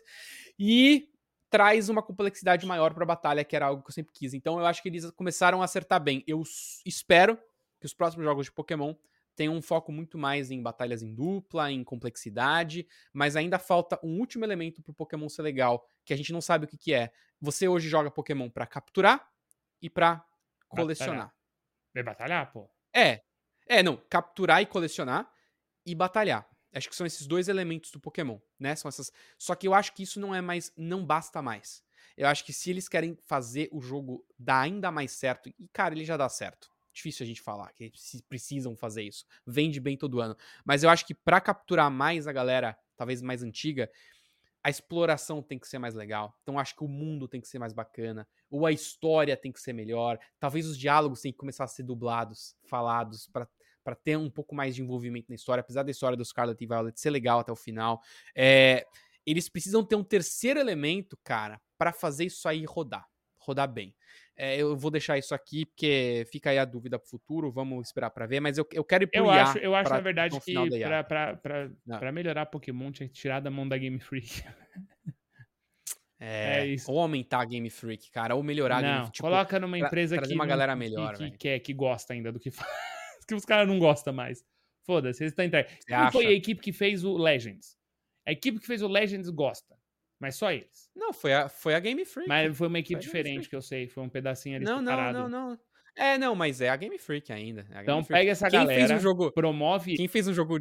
Speaker 1: E traz uma complexidade maior pra batalha, que era algo que eu sempre quis. Então eu acho que eles começaram a acertar bem. Eu espero que os próximos jogos de Pokémon tem um foco muito mais em batalhas em dupla, em complexidade, mas ainda falta um último elemento pro Pokémon ser legal, que a gente não sabe o que, que é. Você hoje joga Pokémon pra capturar e pra colecionar.
Speaker 2: Batalhar. É batalhar, pô.
Speaker 1: É. É, não. Capturar e colecionar e batalhar. Acho que são esses dois elementos do Pokémon, né? São essas. Só que eu acho que isso não é mais. Não basta mais. Eu acho que se eles querem fazer o jogo dar ainda mais certo, e cara, ele já dá certo. Difícil a gente falar que eles precisam fazer isso. Vende bem todo ano. Mas eu acho que pra capturar mais a galera, talvez mais antiga, a exploração tem que ser mais legal. Então acho que o mundo tem que ser mais bacana. Ou a história tem que ser melhor. Talvez os diálogos tenham que começar a ser dublados, falados, pra, pra ter um pouco mais de envolvimento na história. Apesar da história do Scarlet e Violet ser legal até o final. É, eles precisam ter um terceiro elemento, cara, pra fazer isso aí rodar. Rodar bem. É, eu vou deixar isso aqui, porque fica aí a dúvida pro futuro, vamos esperar pra ver, mas eu, eu quero ir pro
Speaker 2: Eu
Speaker 1: I A.
Speaker 2: acho, eu acho
Speaker 1: pra,
Speaker 2: na verdade, que pra, pra, pra,
Speaker 1: Não.
Speaker 2: pra melhorar Pokémon tinha que tirar da mão da Game Freak.
Speaker 1: É,
Speaker 2: É isso.
Speaker 1: ou aumentar a Game Freak, cara, ou melhorar
Speaker 2: Não,
Speaker 1: a Game Freak. Tipo,
Speaker 2: coloca numa
Speaker 1: tra
Speaker 2: empresa
Speaker 1: trazer
Speaker 2: que,
Speaker 1: uma
Speaker 2: não,
Speaker 1: galera
Speaker 2: que,
Speaker 1: melhor,
Speaker 2: que,
Speaker 1: velho.
Speaker 2: quer, que gosta ainda do que faz. Que os caras não gostam mais. Foda-se, eles estão entregue.
Speaker 1: Você
Speaker 2: Não foi a
Speaker 1: acha?
Speaker 2: equipe que fez o Legends. A equipe que fez o Legends gosta. Mas só eles.
Speaker 1: Não, foi a, foi a Game Freak.
Speaker 2: Mas foi uma equipe
Speaker 1: Foi a Game
Speaker 2: diferente
Speaker 1: Freak.
Speaker 2: que eu sei. Foi um pedacinho ali
Speaker 1: Não, não,
Speaker 2: separado.
Speaker 1: não, não. É, não, mas é a Game Freak ainda. É a Game
Speaker 2: Então
Speaker 1: Freak.
Speaker 2: pega essa
Speaker 1: Quem fez um
Speaker 2: galera,
Speaker 1: jogo.
Speaker 2: promove
Speaker 1: Quem fez um jogo.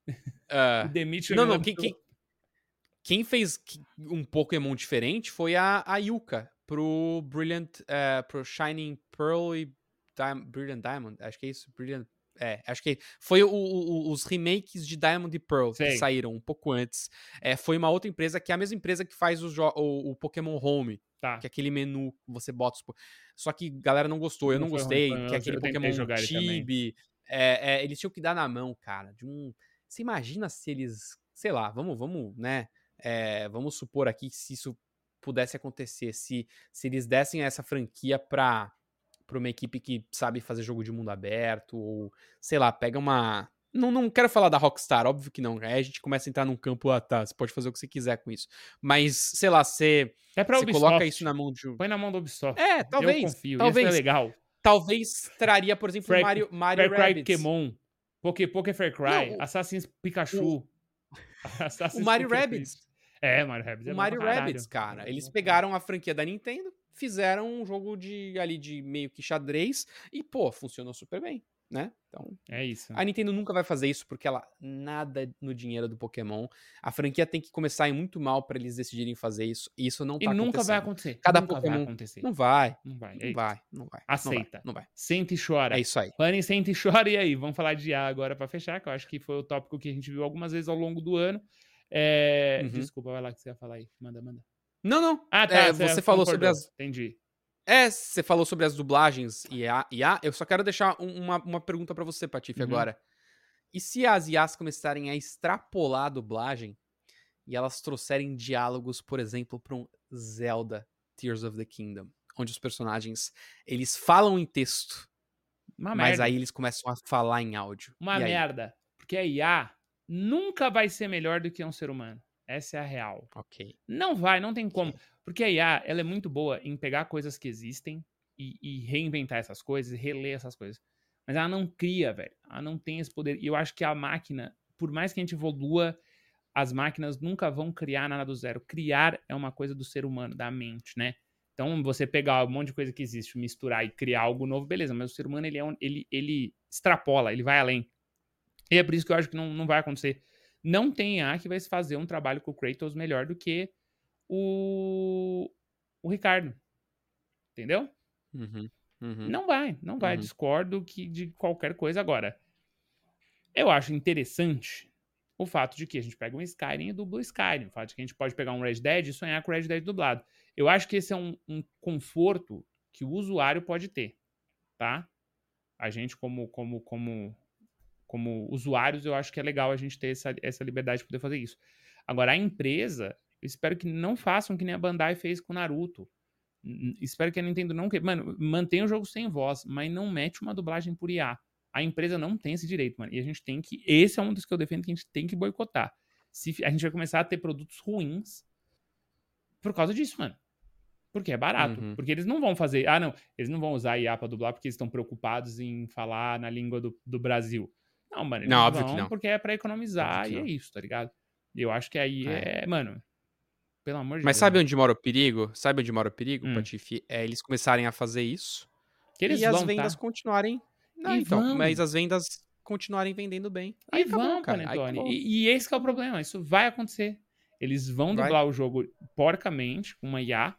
Speaker 2: e
Speaker 1: ah,
Speaker 2: demite o
Speaker 1: não, não,
Speaker 2: jogador.
Speaker 1: quem, quem, quem fez um Pokémon diferente foi a, a Yuka pro Brilliant. Uh, pro Shining Pearl e Di Brilliant Diamond. Acho que é isso. Brilliant. É, acho que foi o, o, os remakes de Diamond e Pearl
Speaker 2: Sei.
Speaker 1: que saíram um pouco antes. É, foi uma outra empresa que é a mesma empresa que faz o, o, o Pokémon Home.
Speaker 2: Tá.
Speaker 1: Que é aquele menu que você bota. Os... Só que a galera não gostou, eu não, não gostei. Ruim, que é aquele Pokémon Chibi. É, é, eles tinham que dar na mão, cara. De um... Você imagina se eles. Sei lá, vamos, vamos, né? É, vamos supor aqui que se isso pudesse acontecer. Se, se eles dessem essa franquia pra. Pra uma equipe que sabe fazer jogo de mundo aberto, ou, sei lá, pega uma... Não, não quero falar da Rockstar, óbvio que não. Aí a gente começa a entrar num campo, ah, tá, você pode fazer o que você quiser com isso. Mas, sei lá, você,
Speaker 2: é pra
Speaker 1: você coloca isso na mão de...
Speaker 2: Põe na mão do Ubisoft.
Speaker 1: É, talvez.
Speaker 2: Eu confio,
Speaker 1: talvez,
Speaker 2: isso é legal.
Speaker 1: Talvez traria, por exemplo,
Speaker 2: Far,
Speaker 1: Mario, Mario
Speaker 2: Far Cry
Speaker 1: Rabbids.
Speaker 2: Pokémon, Poké, Poké Far Cry, não, o, Assassin's Pikachu.
Speaker 1: O,
Speaker 2: Assassin's
Speaker 1: o Mario Rabbids.
Speaker 2: É, Mario Rabbids é
Speaker 1: O Mario Rabbids, cara.
Speaker 2: É
Speaker 1: Eles pegaram a franquia da Nintendo, fizeram um jogo de ali de meio que xadrez e, pô, funcionou super bem, né? Então,
Speaker 2: é isso.
Speaker 1: A Nintendo nunca vai fazer isso porque ela nada no dinheiro do Pokémon. A franquia tem que começar a ir muito mal pra eles decidirem fazer isso. E isso não tá
Speaker 2: e nunca
Speaker 1: acontecendo.
Speaker 2: vai acontecer.
Speaker 1: Cada
Speaker 2: nunca
Speaker 1: Pokémon
Speaker 2: vai acontecer.
Speaker 1: Não vai.
Speaker 2: Não vai.
Speaker 1: Não
Speaker 2: é
Speaker 1: vai, não vai.
Speaker 2: Aceita.
Speaker 1: Não vai, não vai.
Speaker 2: Senta e chora.
Speaker 1: É isso aí.
Speaker 2: Falando em senta e chora, e aí? Vamos falar de I A agora pra fechar, que eu acho que foi o tópico que a gente viu algumas vezes ao longo do ano. É... Uhum. Desculpa, vai lá que você ia falar aí. Manda, manda.
Speaker 1: Não, não.
Speaker 2: Ah, tá.
Speaker 1: É, você falou sobre as...
Speaker 2: Entendi.
Speaker 1: É, você falou sobre as dublagens I A. I A. Eu só quero deixar um, uma, uma pergunta pra você, Patife,
Speaker 2: Uhum.
Speaker 1: agora. E se as I As começarem a extrapolar a dublagem e elas trouxerem diálogos, por exemplo, pra um Zelda Tears of the Kingdom, onde os personagens, eles falam em texto,
Speaker 2: Uma
Speaker 1: mas
Speaker 2: merda.
Speaker 1: aí eles começam a falar em áudio.
Speaker 2: Uma
Speaker 1: E aí?
Speaker 2: merda. Porque a I A nunca vai ser melhor do que um ser humano. Essa é a real.
Speaker 1: Ok.
Speaker 2: Não vai, não tem como.
Speaker 1: Ok.
Speaker 2: Porque a I A, ela é muito boa em pegar coisas que existem e, e reinventar essas coisas, e reler essas coisas. Mas ela não cria, velho. Ela não tem esse poder. E eu acho que a máquina, por mais que a gente evolua, as máquinas nunca vão criar nada do zero. Criar é uma coisa do ser humano, da mente, né? Então, você pegar um monte de coisa que existe, misturar e criar algo novo, beleza. Mas o ser humano, ele, é um, ele, ele extrapola, ele vai além. E é por isso que eu acho que não, não vai acontecer. Não tem I A que vai fazer um trabalho com o Kratos melhor do que o, o Ricardo. Entendeu?
Speaker 1: Uhum. Uhum.
Speaker 2: Não vai, não vai.
Speaker 1: Uhum.
Speaker 2: Discordo que de qualquer coisa. Agora, eu acho interessante o fato de que a gente pega um Skyrim e dubla o Skyrim. O fato de que a gente pode pegar um Red Dead e sonhar com o Red Dead dublado. Eu acho que esse é um, um conforto que o usuário pode ter, tá? A gente, como, como, como, como usuários, eu acho que é legal a gente ter essa, essa liberdade de poder fazer isso. Agora, a empresa, eu espero que não façam que nem a Bandai fez com o Naruto. Espero que a Nintendo não... Mano, mantenha o jogo sem voz, mas não mete uma dublagem por I A. A empresa não tem esse direito, mano. E a gente tem que... Esse é um dos que eu defendo que a gente tem que boicotar. Se, a gente vai começar a ter produtos ruins por causa disso, mano. Porque é barato.
Speaker 1: Uhum.
Speaker 2: Porque eles não vão fazer... Ah, não. Eles não vão usar I A pra dublar porque eles estão preocupados em falar na língua do, do Brasil. Não, mano. Eles
Speaker 1: Não, óbvio
Speaker 2: vão
Speaker 1: que não.
Speaker 2: porque é pra economizar e
Speaker 1: não.
Speaker 2: é isso, tá ligado? E eu acho que aí é... é mano... Pelo amor de
Speaker 1: Mas
Speaker 2: Deus.
Speaker 1: sabe
Speaker 2: né?
Speaker 1: onde mora o perigo? Sabe onde mora o perigo,
Speaker 2: Hum.
Speaker 1: Patife? É eles começarem a fazer isso
Speaker 2: Que eles
Speaker 1: e as
Speaker 2: vão,
Speaker 1: vendas
Speaker 2: tá?
Speaker 1: continuarem... Não,
Speaker 2: E
Speaker 1: então,
Speaker 2: vão.
Speaker 1: mas as vendas continuarem vendendo bem. Aí
Speaker 2: E
Speaker 1: acabou,
Speaker 2: vão,
Speaker 1: cara. Aí
Speaker 2: Panetone.
Speaker 1: acabou.
Speaker 2: E, e esse que é o problema. Isso vai acontecer. Eles vão
Speaker 1: Vai.
Speaker 2: dublar o jogo porcamente, com uma I A,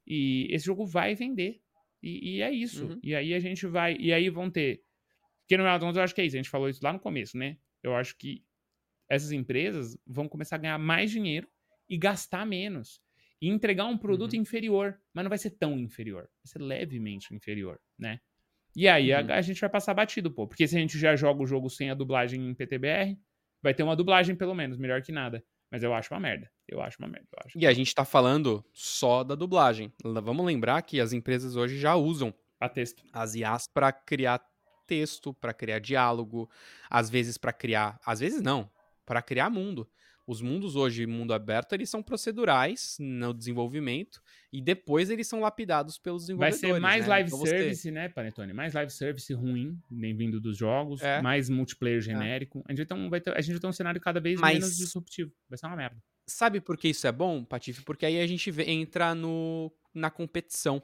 Speaker 2: e esse jogo vai vender. E, e é isso.
Speaker 1: Uhum.
Speaker 2: E aí a gente vai... E aí vão ter... Porque no final das contas, eu acho que é isso. A gente falou isso lá no começo, né? Eu acho que essas empresas vão começar a ganhar mais dinheiro e gastar menos. E entregar um produto
Speaker 1: Uhum.
Speaker 2: inferior. Mas não vai ser tão inferior. Vai ser levemente inferior, né? E aí
Speaker 1: Uhum.
Speaker 2: a, a gente vai passar batido, pô. Porque se a gente já joga o jogo sem a dublagem em P T B R, vai ter uma dublagem, pelo menos, melhor que nada. Mas eu acho uma merda. Eu acho uma merda. Eu acho
Speaker 1: E a gente tá falando só da dublagem. Vamos lembrar que as empresas hoje já usam
Speaker 2: a texto.
Speaker 1: as I As pra criar texto, pra criar diálogo, às vezes pra criar... Às vezes não, pra criar mundo. Os mundos hoje, mundo aberto, eles são procedurais no desenvolvimento e depois eles são lapidados pelos
Speaker 2: Vai
Speaker 1: desenvolvedores.
Speaker 2: ser mais
Speaker 1: né?
Speaker 2: live
Speaker 1: então
Speaker 2: service,
Speaker 1: você...
Speaker 2: né, Panetone? Mais live service ruim, nem vindo dos jogos.
Speaker 1: É.
Speaker 2: Mais multiplayer genérico. É. A, gente vai ter um, vai ter, a gente vai ter um cenário cada vez
Speaker 1: Mas...
Speaker 2: menos disruptivo. Vai ser uma merda.
Speaker 1: Sabe por que isso é bom, Patife? Porque aí a gente entra no, na competição.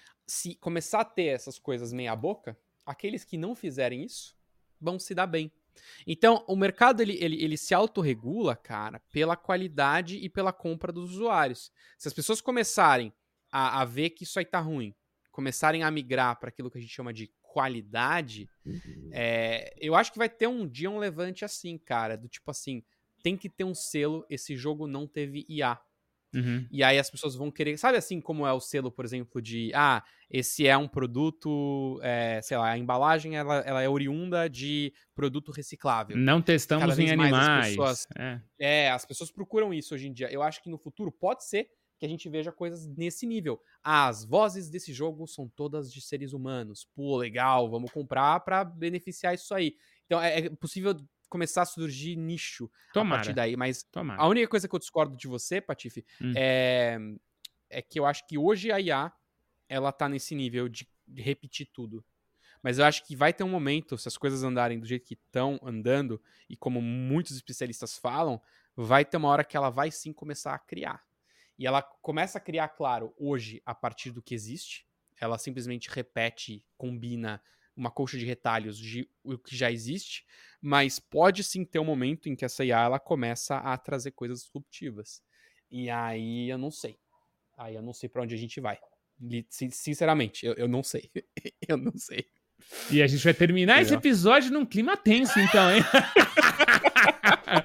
Speaker 1: Se começar a ter essas coisas meia boca, aqueles que não fizerem isso vão se dar bem. Então, o mercado, ele, ele, ele se autorregula, cara, pela qualidade e pela compra dos usuários. Se as pessoas começarem a, a ver que isso aí tá ruim, começarem a migrar para aquilo que a gente chama de qualidade, uhum. é, eu acho que vai ter um dia um levante assim, cara, do tipo assim, tem que ter um selo, esse jogo não teve I A.
Speaker 2: Uhum.
Speaker 1: E aí as pessoas vão querer... Sabe assim como é o selo, por exemplo, de... Ah, esse é um produto... É, sei lá, a embalagem ela, ela é oriunda de produto reciclável.
Speaker 2: Não testamos em animais.
Speaker 1: As pessoas, é. é, as pessoas procuram isso hoje em dia. Eu acho que no futuro pode ser que a gente veja coisas nesse nível. Ah, as vozes desse jogo são todas de seres humanos. Pô, legal, vamos comprar pra beneficiar isso aí. Então é, é possível... começar a surgir nicho
Speaker 2: Tomara,
Speaker 1: a partir daí, mas
Speaker 2: tomara.
Speaker 1: a única coisa que eu discordo de você, Patife, hum. é, é que eu acho que hoje a I A, ela tá nesse nível de repetir tudo. Mas eu acho que vai ter um momento, se as coisas andarem do jeito que estão andando, e como muitos especialistas falam, vai ter uma hora que ela vai sim começar a criar. E ela começa a criar, claro, hoje, a partir do que existe, ela simplesmente repete, combina uma colcha de retalhos de o que já existe, mas pode sim ter um momento em que essa I A ela começa a trazer coisas disruptivas. E aí eu não sei. Aí eu não sei pra onde a gente vai. Sinceramente, eu, eu não sei. eu não sei.
Speaker 2: E a gente vai terminar Entendeu? Esse episódio num clima tenso, então, hein?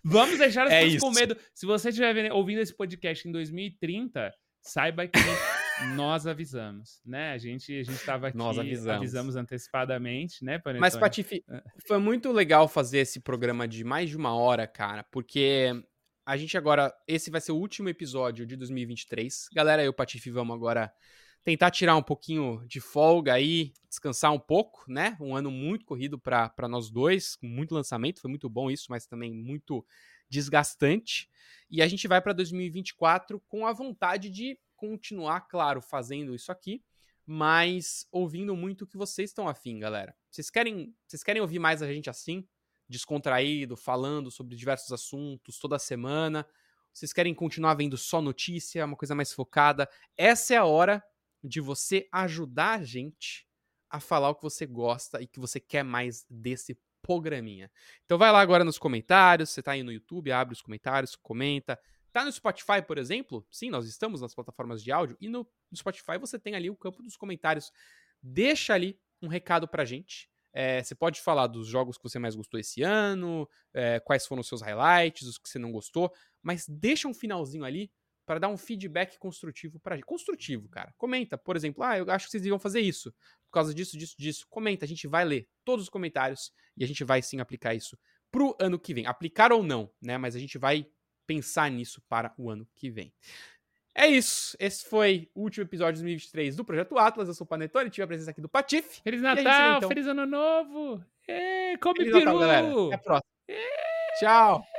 Speaker 2: Vamos deixar as
Speaker 1: É
Speaker 2: pessoas com
Speaker 1: isso.
Speaker 2: medo. Se você estiver vendo- ouvindo esse podcast em dois mil e trinta, saiba que nós avisamos, né? A gente a gente tava aqui,
Speaker 1: Nós avisamos.
Speaker 2: avisamos antecipadamente, né, Panetone?
Speaker 1: Mas, Patife, foi muito legal fazer esse programa de mais de uma hora, cara, porque a gente agora, esse vai ser o último episódio de dois mil e vinte e três. Galera, eu e o Patife vamos agora tentar tirar um pouquinho de folga aí, descansar um pouco, né? Um ano muito corrido pra pra nós dois, com muito lançamento, foi muito bom isso, mas também muito desgastante. E a gente vai pra dois mil e vinte e quatro com a vontade de continuar, claro, fazendo isso aqui, mas ouvindo muito o que vocês estão afim, galera. Vocês querem, vocês querem ouvir mais a gente assim? Descontraído, falando sobre diversos assuntos toda semana? Vocês querem continuar vendo só notícia, uma coisa mais focada? Essa é a hora de você ajudar a gente a falar o que você gosta e que você quer mais desse programinha. Então vai lá agora nos comentários, você tá aí no YouTube, abre os comentários, comenta. Tá no Spotify, por exemplo? Sim, nós estamos nas plataformas de áudio e no Spotify você tem ali o campo dos comentários. Deixa ali um recado pra gente. É, você pode falar dos jogos que você mais gostou esse ano, é, quais foram os seus highlights, os que você não gostou, mas deixa um finalzinho ali para dar um feedback construtivo pra gente. Construtivo, cara. Comenta, por exemplo, ah, eu acho que vocês deviam fazer isso, por causa disso, disso, disso. Comenta, a gente vai ler todos os comentários e a gente vai sim aplicar isso pro ano que vem. Aplicar ou não, né? Mas a gente vai pensar nisso para o ano que vem. É isso. Esse foi o último episódio de dois mil e vinte e três do Projeto Atlas. Eu sou o Panetone, tive a presença aqui do Patife.
Speaker 2: Feliz
Speaker 1: E a gente se vê,
Speaker 2: Natal,
Speaker 1: então.
Speaker 2: Feliz Ano Novo! Ê, come
Speaker 1: Feliz
Speaker 2: peru!
Speaker 1: Natal, galera. Até a próxima. Tchau.